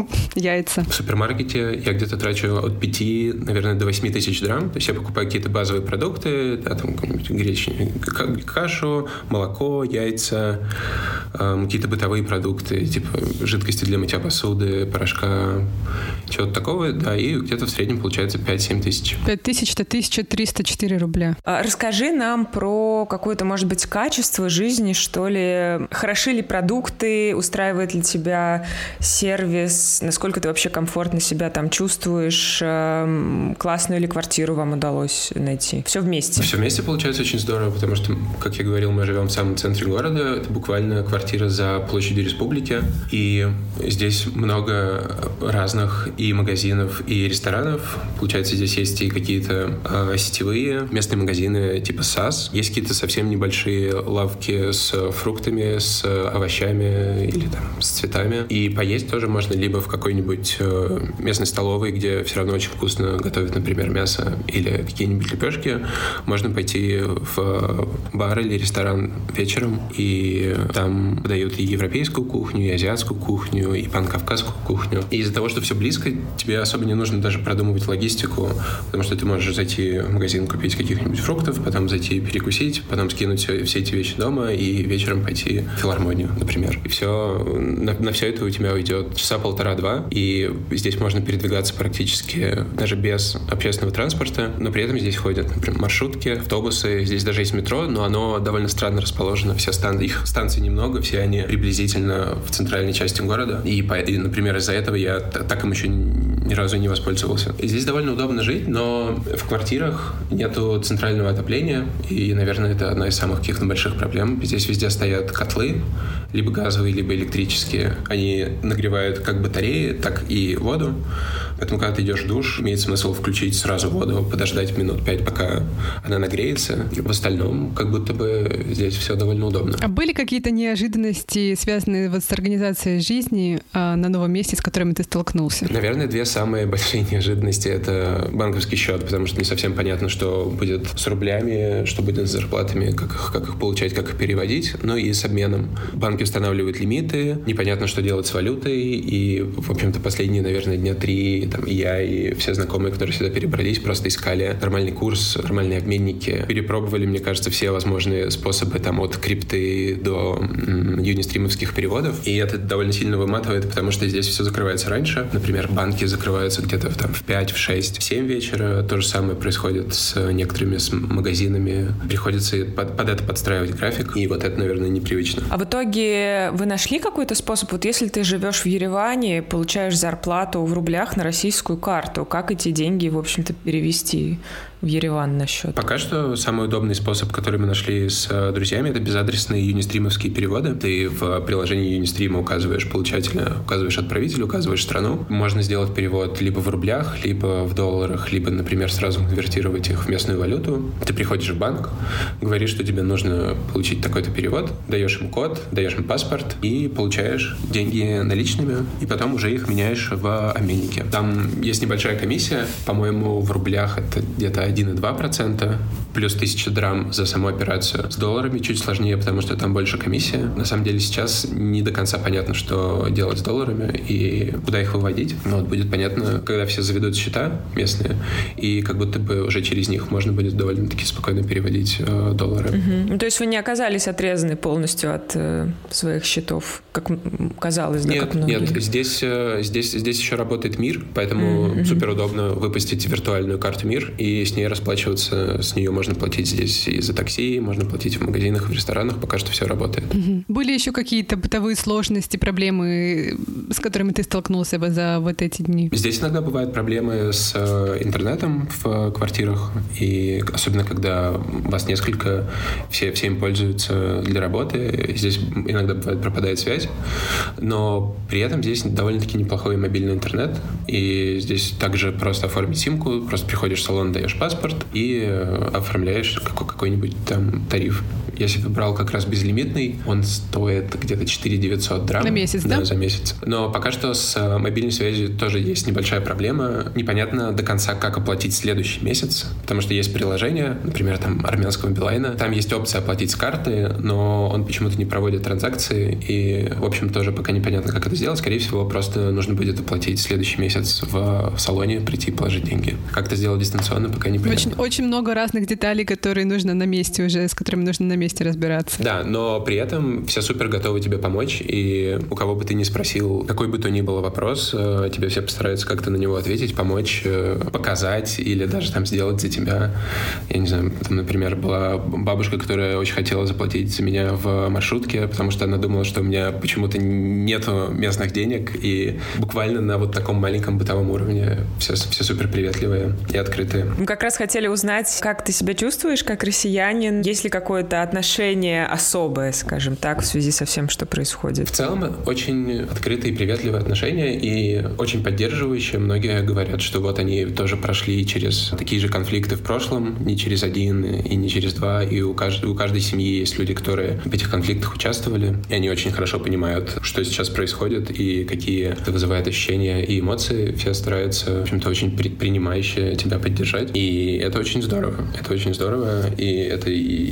яйца. В супермаркете я где-то трачу от 5, наверное, до 8 тысяч драм. То есть я покупаю какие-то базовые продукты, да, там какую-нибудь гречневую кашу, молоко, яйца, какие-то бытовые продукты, типа жидкости для мытья посуды, порошка, чего-то такого, да, и где-то в среднем получается 5-7 тысяч. 5 тысяч — это 1304 рубля. Расскажи нам про какое-то, может быть, качество жизни, что ли. Хороши ли продукты, устраивает ли тебя сервис, насколько ты вообще комфортно себя там чувствуешь, классную ли квартиру вам удалось найти? Все вместе? Все вместе получается очень здорово, потому что, как я говорил, мы живем в самом центре города, это буквально квартира за площадью Республики, и здесь много разных и магазинов, и ресторанов. Получается, здесь есть и какие-то сетевые местные магазины типа САС, есть какие-то совсем небольшие лавки с фруктами, с овощами или там с цветами, и поесть тоже можно либо в какой-нибудь местной столовой, где все равно очень вкусно готовят, например, мясо или какие-нибудь лепешки, можно пойти в бар или ресторан вечером, и там подают и европейскую кухню, и азиатскую кухню, и панкавказскую кухню. И из-за того, что все близко, тебе особо не нужно даже продумывать логистику, потому что ты можешь зайти в магазин, купить каких-нибудь фруктов, потом зайти перекусить, потом скинуть все эти вещи дома и вечером пойти в филармонию, например. И все, на все это у тебя уйдет часа 1,5-2, и здесь можно передвигаться практически даже без общественного транспорта, но при этом здесь ходят, например, маршрутки, автобусы, здесь даже есть метро, но оно довольно странно расположено, их станций немного, все они приблизительно в центральной части города, и например, из-за этого я так им еще ни разу не воспользовался. И здесь довольно удобно жить, но в квартирах нету центрального отопления, и, наверное, это одна из самых каких-то больших проблем. Здесь везде стоят котлы, либо газовые, либо электрические. Они нагревают как батареи, так и воду. Поэтому, когда ты идешь в душ, имеет смысл включить сразу воду, подождать минут 5, пока она нагреется. И в остальном, как будто бы здесь все довольно удобно. А были какие-то неожиданности, связанные вот с организацией жизни на новом месте, с которыми ты столкнулся? Наверное, две самые большие неожиданности — это банковский счет, потому что не совсем понятно, что будет с рублями, что будет с зарплатами, как их получать, как их переводить, но и с обменом. Банки устанавливают лимиты, непонятно, что делать с валютой, и, в общем-то, последние, наверное, дня 3 там, и я, и все знакомые, которые сюда перебрались, просто искали нормальный курс, нормальные обменники. Перепробовали, мне кажется, все возможные способы, там, от крипты до юнистримовских переводов. И это довольно сильно выматывает, потому что здесь все закрывается раньше. Например, банки закрываются где-то в 5, в 6, в 7 вечера. То же самое происходит с некоторыми магазинами. Приходится под это подстраивать график. И вот это, наверное, непривычно. А в итоге вы нашли какой-то способ? Вот если ты живешь в Ереване, получаешь зарплату в рублях на российскую карту, как эти деньги, в общем-то, перевести в Ереван на счет? Пока что самый удобный способ, который мы нашли с друзьями, это безадресные юнистримовские переводы. Ты в приложении Юнистрима указываешь получателя, указываешь отправителя, указываешь страну. Можно сделать перевод либо в рублях, либо в долларах, либо, например, сразу конвертировать их в местную валюту. Ты приходишь в банк, говоришь, что тебе нужно получить такой-то перевод, даешь им код, даешь им паспорт и получаешь деньги наличными, и потом уже их меняешь в обменнике. Там есть небольшая комиссия, по-моему, в рублях это где-то 1,2%, плюс 1000 драм за саму операцию. С долларами чуть сложнее, потому что там больше комиссия. На самом деле сейчас не до конца понятно, что делать с долларами и куда их выводить. Но вот будет понятно, когда все заведут счета местные, и как будто бы уже через них можно будет довольно-таки спокойно переводить доллары. Угу. То есть вы не оказались отрезаны полностью от своих счетов, как казалось, да, как многие? Нет, здесь еще работает МИР, поэтому супер удобно выпустить виртуальную карту МИР и с ней расплачиваться. С нее можно платить здесь и за такси, можно платить в магазинах, в ресторанах. Пока что все работает. Были еще какие-то бытовые сложности, проблемы, с которыми ты столкнулся за вот эти дни? Здесь иногда бывают проблемы с интернетом в квартирах, и особенно когда вас несколько, все им пользуются для работы. Здесь иногда бывает пропадает связь, но при этом здесь довольно-таки неплохой мобильный интернет, и здесь также просто оформить симку, просто приходишь в салон, даешь паспорт и оформляешь какой-нибудь там тариф. Я себе брал как раз безлимитный, он стоит где-то 4900 драм. На месяц, да? За месяц. Но пока что с мобильной связью тоже есть небольшая проблема. Непонятно до конца, как оплатить следующий месяц, потому что есть приложение, например, там армянского Билайна, там есть опция оплатить с карты, но он почему-то не проводит транзакции, и, в общем, тоже пока непонятно, как это сделать. Скорее всего, просто нужно будет оплатить следующий месяц в салоне, прийти и положить деньги. Как это сделать дистанционно, пока непонятно. Очень много разных деталей, которые нужно на месте уже, с которыми нужно на месте разбираться. Да, но при этом все супер готовы тебе помочь, и у кого бы ты ни спросил, какой бы то ни был вопрос, тебе все постараются как-то на него ответить, помочь, показать или даже там сделать за тебя. Я не знаю, там, например, была бабушка, которая очень хотела заплатить за меня в маршрутке, потому что она думала, что у меня почему-то нету местных денег, и буквально на вот таком маленьком бытовом уровне все супер приветливые и открытые. Мы как раз хотели узнать, как ты себя чувствуешь, как россиянин, россиянин? Есть ли какое-то отношение особое, скажем так, в связи со всем, что происходит? В целом, очень открытые и приветливые отношения и очень поддерживающие. Многие говорят, что вот они тоже прошли через такие же конфликты в прошлом, не через один и не через два, и у каждой семьи есть люди, которые в этих конфликтах участвовали, и они очень хорошо понимают, что сейчас происходит и какие это вызывает ощущения и эмоции. Все стараются, в общем-то, очень принимающе тебя поддержать, и это очень здорово. Это очень здорово, и это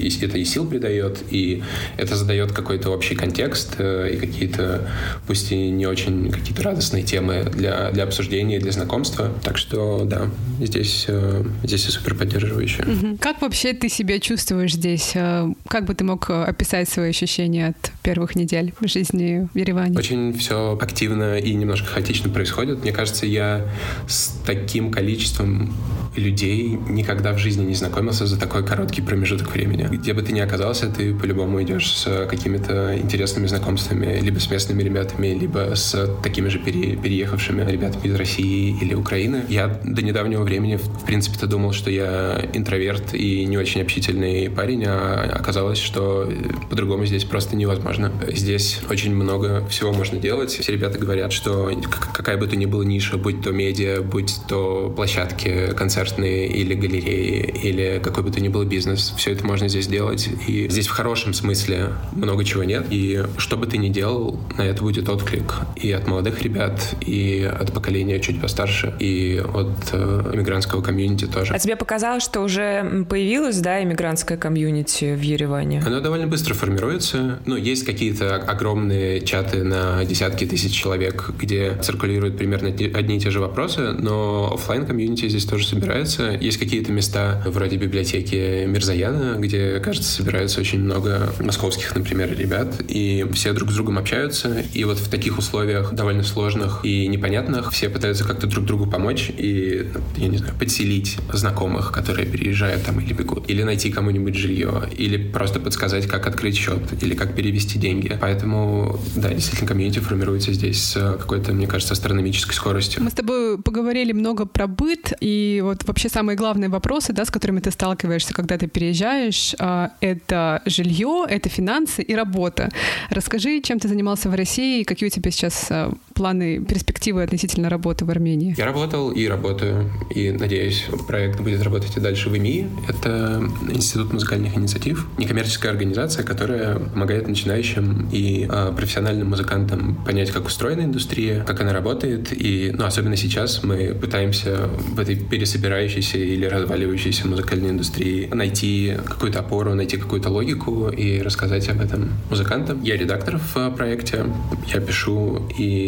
и сил придает, и это задает какой-то общий контекст и какие-то, пусть и не очень какие-то радостные темы для обсуждения, для знакомства. Так что, да, здесь я супер поддерживающая. Как вообще ты себя чувствуешь здесь? Как бы ты мог описать свои ощущения от первых недель жизни в Ереване? Очень все активно и немножко хаотично происходит. Мне кажется, я с таким количеством людей никогда в жизни не знакомился за такой короткий промежуток времени. Где бы ты ни оказался, ты по-любому идешь с какими-то интересными знакомствами, либо с местными ребятами, либо с такими же переехавшими ребятами из России или Украины. Я до недавнего времени, в принципе-то, думал, что я интроверт и не очень общительный парень, а оказалось, что по-другому здесь просто невозможно. Здесь очень много всего можно делать. Все ребята говорят, что какая бы то ни была ниша, будь то медиа, будь то площадки, концертные или галереи, или какой бы то ни был бизнес, все это можно здесь делать. И здесь в хорошем смысле много чего нет. И что бы ты ни делал, на это будет отклик и от молодых ребят, и от поколения чуть постарше, и от иммигрантского комьюнити тоже. А тебе показалось, что уже появилось, да, иммигрантское комьюнити в Ереване? Оно довольно быстро формируется. Ну, есть какие-то огромные чаты на десятки тысяч человек, где циркулируют примерно одни и те же вопросы, но офлайн комьюнити здесь тоже собирается. Есть какие-то места вроде библиотеки Мирзаяна, где, кажется, собирается очень много московских, например, ребят, и все друг с другом общаются, и вот в таких условиях довольно сложных и непонятных все пытаются как-то друг другу помочь и, я не знаю, подселить знакомых, которые переезжают там или бегут, или найти кому-нибудь жилье, или просто подсказать, как открыть счет, или как перевести деньги. Поэтому, да, действительно, комьюнити формируется здесь с какой-то, мне кажется, астрономической скоростью. Мы с тобой поговорили много про быт, и вот вообще самые главные вопросы, да, с которыми ты сталкиваешься, когда ты переезжаешь, это жилье, это финансы и работа. Расскажи, чем ты занимался в России, и какие у тебя сейчас планы, перспективы относительно работы в Армении? Я работал и работаю, и, надеюсь, проект будет работать и дальше в ИМИ. Это Институт музыкальных инициатив, некоммерческая организация, которая помогает начинающим и профессиональным музыкантам понять, как устроена индустрия, как она работает, и, ну, особенно сейчас мы пытаемся в этой пересобирающейся или разваливающейся музыкальной индустрии найти какую-то опору, найти какую-то логику и рассказать об этом музыкантам. Я редактор в проекте, я пишу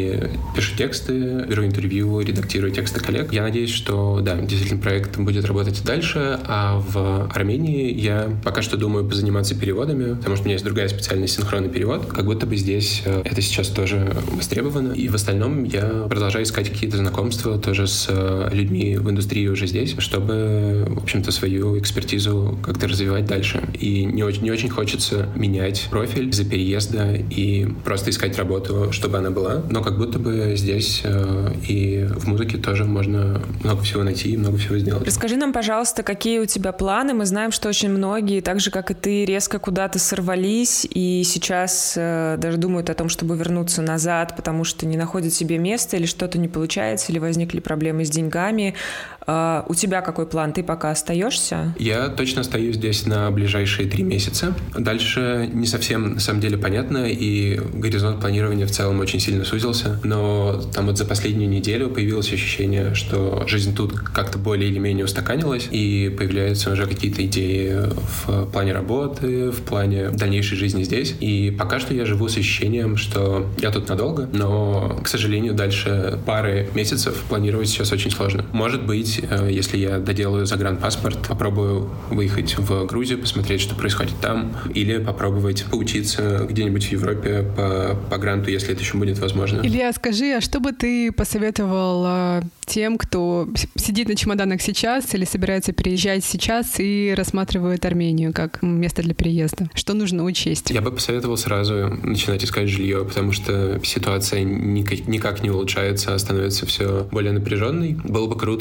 тексты, беру интервью, редактирую тексты коллег. Я надеюсь, что, да, действительно проект будет работать и дальше, а в Армении я пока что думаю позаниматься переводами, потому что у меня есть другая специальность — синхронный перевод. Как будто бы здесь это сейчас тоже востребовано. И в остальном я продолжаю искать какие-то знакомства тоже с людьми в индустрии уже здесь, чтобы, в общем-то, свою экспертизу как-то развивать дальше. И не очень хочется менять профиль из-за переезда и просто искать работу, чтобы она была. Но как будто бы здесь и в музыке тоже можно много всего найти и много всего сделать. Расскажи нам, пожалуйста, какие у тебя планы? Мы знаем, что очень многие, так же, как и ты, резко куда-то сорвались и сейчас даже думают о том, чтобы вернуться назад, потому что не находят себе места или что-то не получается, или возникли проблемы с деньгами. У тебя какой план? Ты пока остаешься? Я точно остаюсь здесь на ближайшие 3 месяца. Дальше не совсем, на самом деле, понятно, и горизонт планирования в целом очень сильно сузился. Но там вот за последнюю неделю появилось ощущение, что жизнь тут как-то более или менее устаканилась, и появляются уже какие-то идеи в плане работы, в плане дальнейшей жизни здесь. И пока что я живу с ощущением, что я тут надолго, но, к сожалению, дальше пары месяцев планировать сейчас очень сложно. Может быть, если я доделаю загранпаспорт, попробую выехать в Грузию, посмотреть, что происходит там, или попробовать поучиться где-нибудь в Европе по гранту, если это еще будет возможно. Илья, скажи, а что бы ты посоветовал тем, кто сидит на чемоданах сейчас или собирается переезжать сейчас и рассматривает Армению как место для переезда? Что нужно учесть? Я бы посоветовал сразу начинать искать жилье, потому что ситуация никак не улучшается, а становится все более напряженной. Было бы круто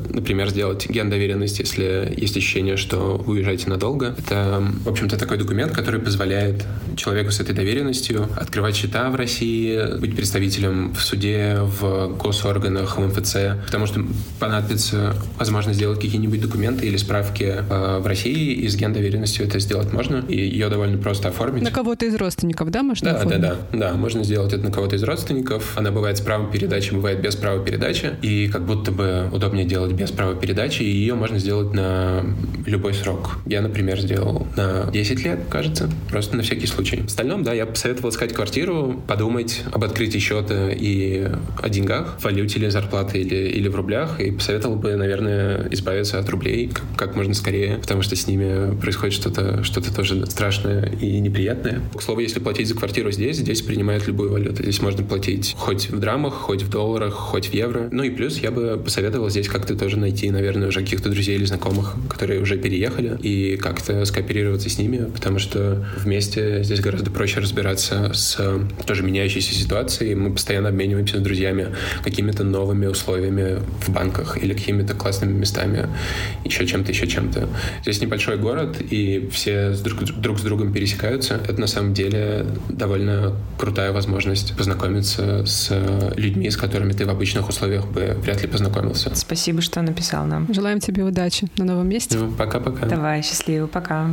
например, сделать гендоверенность, если есть ощущение, что вы уезжаете надолго. Это, в общем-то, такой документ, который позволяет человеку с этой доверенностью открывать счета в России, быть представителем в суде, в госорганах, в МФЦ, потому что понадобится, возможно, сделать какие-нибудь документы или справки в России, и с гендоверенностью это сделать можно, и ее довольно просто оформить. На кого-то из родственников, да, можно оформить? Да, можно сделать это на кого-то из родственников. Она бывает с правом передачи, бывает без права передачи, и как будто бы удобнее делать без права передачи, и ее можно сделать на любой срок. Я, например, сделал на 10 лет, кажется, просто на всякий случай. В остальном, да, я бы посоветовал искать квартиру, подумать об открытии счета и о деньгах, в валюте или зарплаты, или в рублях, и посоветовал бы, наверное, избавиться от рублей как можно скорее, потому что с ними происходит что-то тоже страшное и неприятное. К слову, если платить за квартиру здесь принимают любую валюту. Здесь можно платить хоть в драмах, хоть в долларах, хоть в евро. Ну и плюс я бы посоветовал здесь как-то тоже найти, наверное, уже каких-то друзей или знакомых, которые уже переехали, и как-то скооперироваться с ними, потому что вместе здесь гораздо проще разбираться с тоже меняющейся ситуацией. Мы постоянно обмениваемся с друзьями какими-то новыми условиями в банках или какими-то классными местами, еще чем-то. Здесь небольшой город, и все друг с другом пересекаются. Это на самом деле довольно крутая возможность познакомиться с людьми, с которыми ты в обычных условиях бы вряд ли познакомился. Спасибо, что написал нам. Желаем тебе удачи на новом месте. Пока-пока. Давай, счастливо, пока.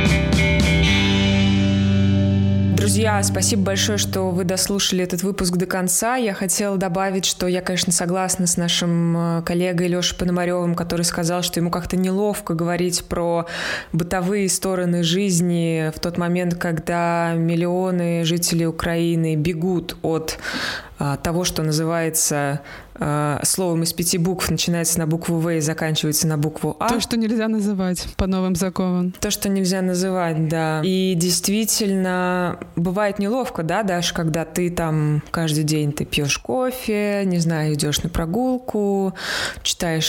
Друзья, спасибо большое, что вы дослушали этот выпуск до конца. Я хотела добавить, что я, конечно, согласна с нашим коллегой Лешей Пономаревым, который сказал, что ему как-то неловко говорить про бытовые стороны жизни в тот момент, когда миллионы жителей Украины бегут от того, что называется словом из 5 букв, начинается на букву В и заканчивается на букву А. То, что нельзя называть по новым законам. То, что нельзя называть, да. И действительно, бывает неловко, да, Даша, когда ты там каждый день ты пьешь кофе, не знаю, идешь на прогулку, читаешь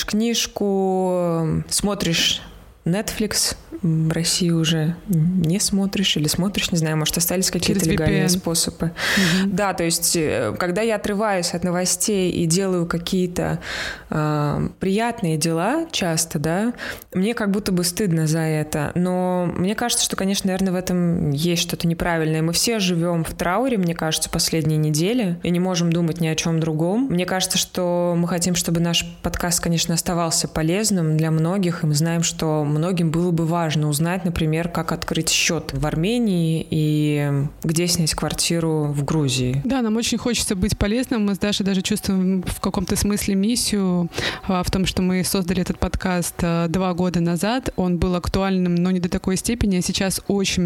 книжку, смотришь Netflix. В России уже не смотришь или смотришь, не знаю, может, остались какие-то легальные способы. Да, то есть, когда я отрываюсь от новостей и делаю какие-то приятные дела часто, да, мне как будто бы стыдно за это. Но мне кажется, что, конечно, наверное, в этом есть что-то неправильное. Мы все живем в трауре, мне кажется, последние недели, и не можем думать ни о чем другом. Мне кажется, что мы хотим, чтобы наш подкаст, конечно, оставался полезным для многих, и мы знаем, что многим было бы важно узнать, например, как открыть счет в Армении и где снять квартиру в Грузии. Да, нам очень хочется быть полезным. Мы с Дашей даже чувствуем в каком-то смысле миссию в том, что мы создали этот подкаст 2 года назад. Он был актуальным, но не до такой степени. А сейчас очень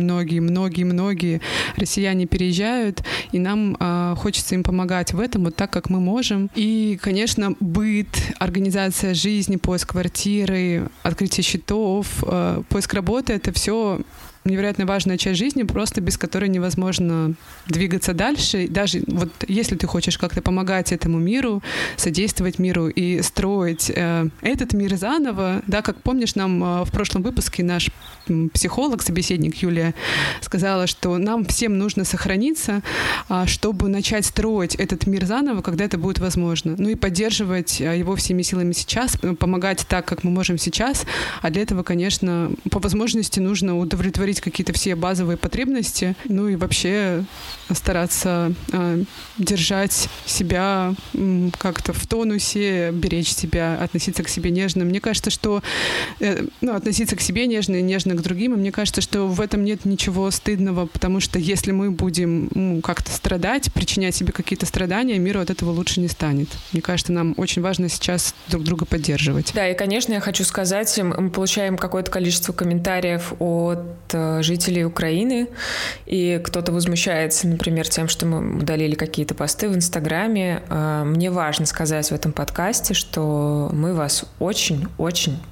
многие россияне переезжают, и нам хочется им помогать в этом вот так, как мы можем. И, конечно, быт, организация жизни, поиск квартиры, открытие счетов, поиск работы — это все невероятно важная часть жизни, просто без которой невозможно двигаться дальше. Даже вот если ты хочешь как-то помогать этому миру, содействовать миру и строить этот мир заново, да, как помнишь, нам в прошлом выпуске наш психолог, собеседник Юлия сказала, что нам всем нужно сохраниться, чтобы начать строить этот мир заново, когда это будет возможно. Ну и поддерживать его всеми силами сейчас, помогать так, как мы можем сейчас. А для этого, конечно, по возможности нужно удовлетворить какие-то все базовые потребности, ну и вообще стараться держать себя как-то в тонусе, беречь себя, относиться к себе нежно. Мне кажется, что относиться к себе нежно и нежно к другим, и мне кажется, что в этом нет ничего стыдного, потому что если мы будем как-то страдать, причинять себе какие-то страдания, миру от этого лучше не станет. Мне кажется, нам очень важно сейчас друг друга поддерживать. Да, и, конечно, я хочу сказать, мы получаем какое-то количество комментариев от жителей Украины, и кто-то возмущается, например, тем, что мы удалили какие-то посты в Инстаграме. Мне важно сказать в этом подкасте, что мы вас очень-очень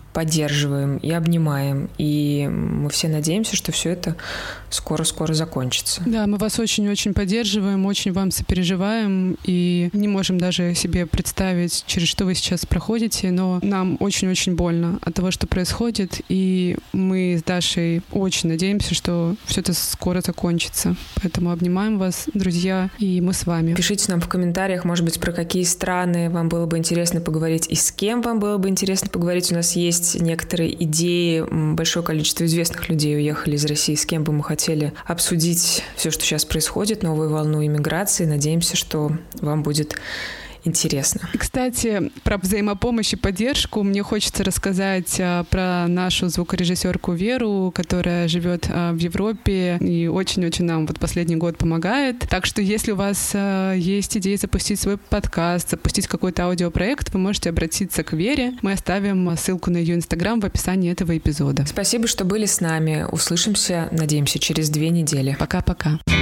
поддерживаем и обнимаем. И мы все надеемся, что все это скоро-скоро закончится. Да, мы вас очень-очень поддерживаем, очень вам сопереживаем и не можем даже себе представить, через что вы сейчас проходите, но нам очень-очень больно от того, что происходит, и мы с Дашей очень надеемся, что все это скоро закончится. Поэтому обнимаем вас, друзья, и мы с вами. Пишите нам в комментариях, может быть, про какие страны вам было бы интересно поговорить и с кем вам было бы интересно поговорить. У нас есть некоторые идеи, большое количество известных людей уехали из России, с кем бы мы хотели обсудить все, что сейчас происходит, новую волну иммиграции. Надеемся, что вам будет интересно. Кстати, про взаимопомощь и поддержку мне хочется рассказать про нашу звукорежиссерку Веру, которая живет в Европе и очень-очень нам вот последний год помогает. Так что если у вас есть идея запустить свой подкаст, запустить какой-то аудиопроект, вы можете обратиться к Вере. Мы оставим ссылку на ее Инстаграм в описании этого эпизода. Спасибо, что были с нами. Услышимся, надеемся, через 2 недели. Пока-пока.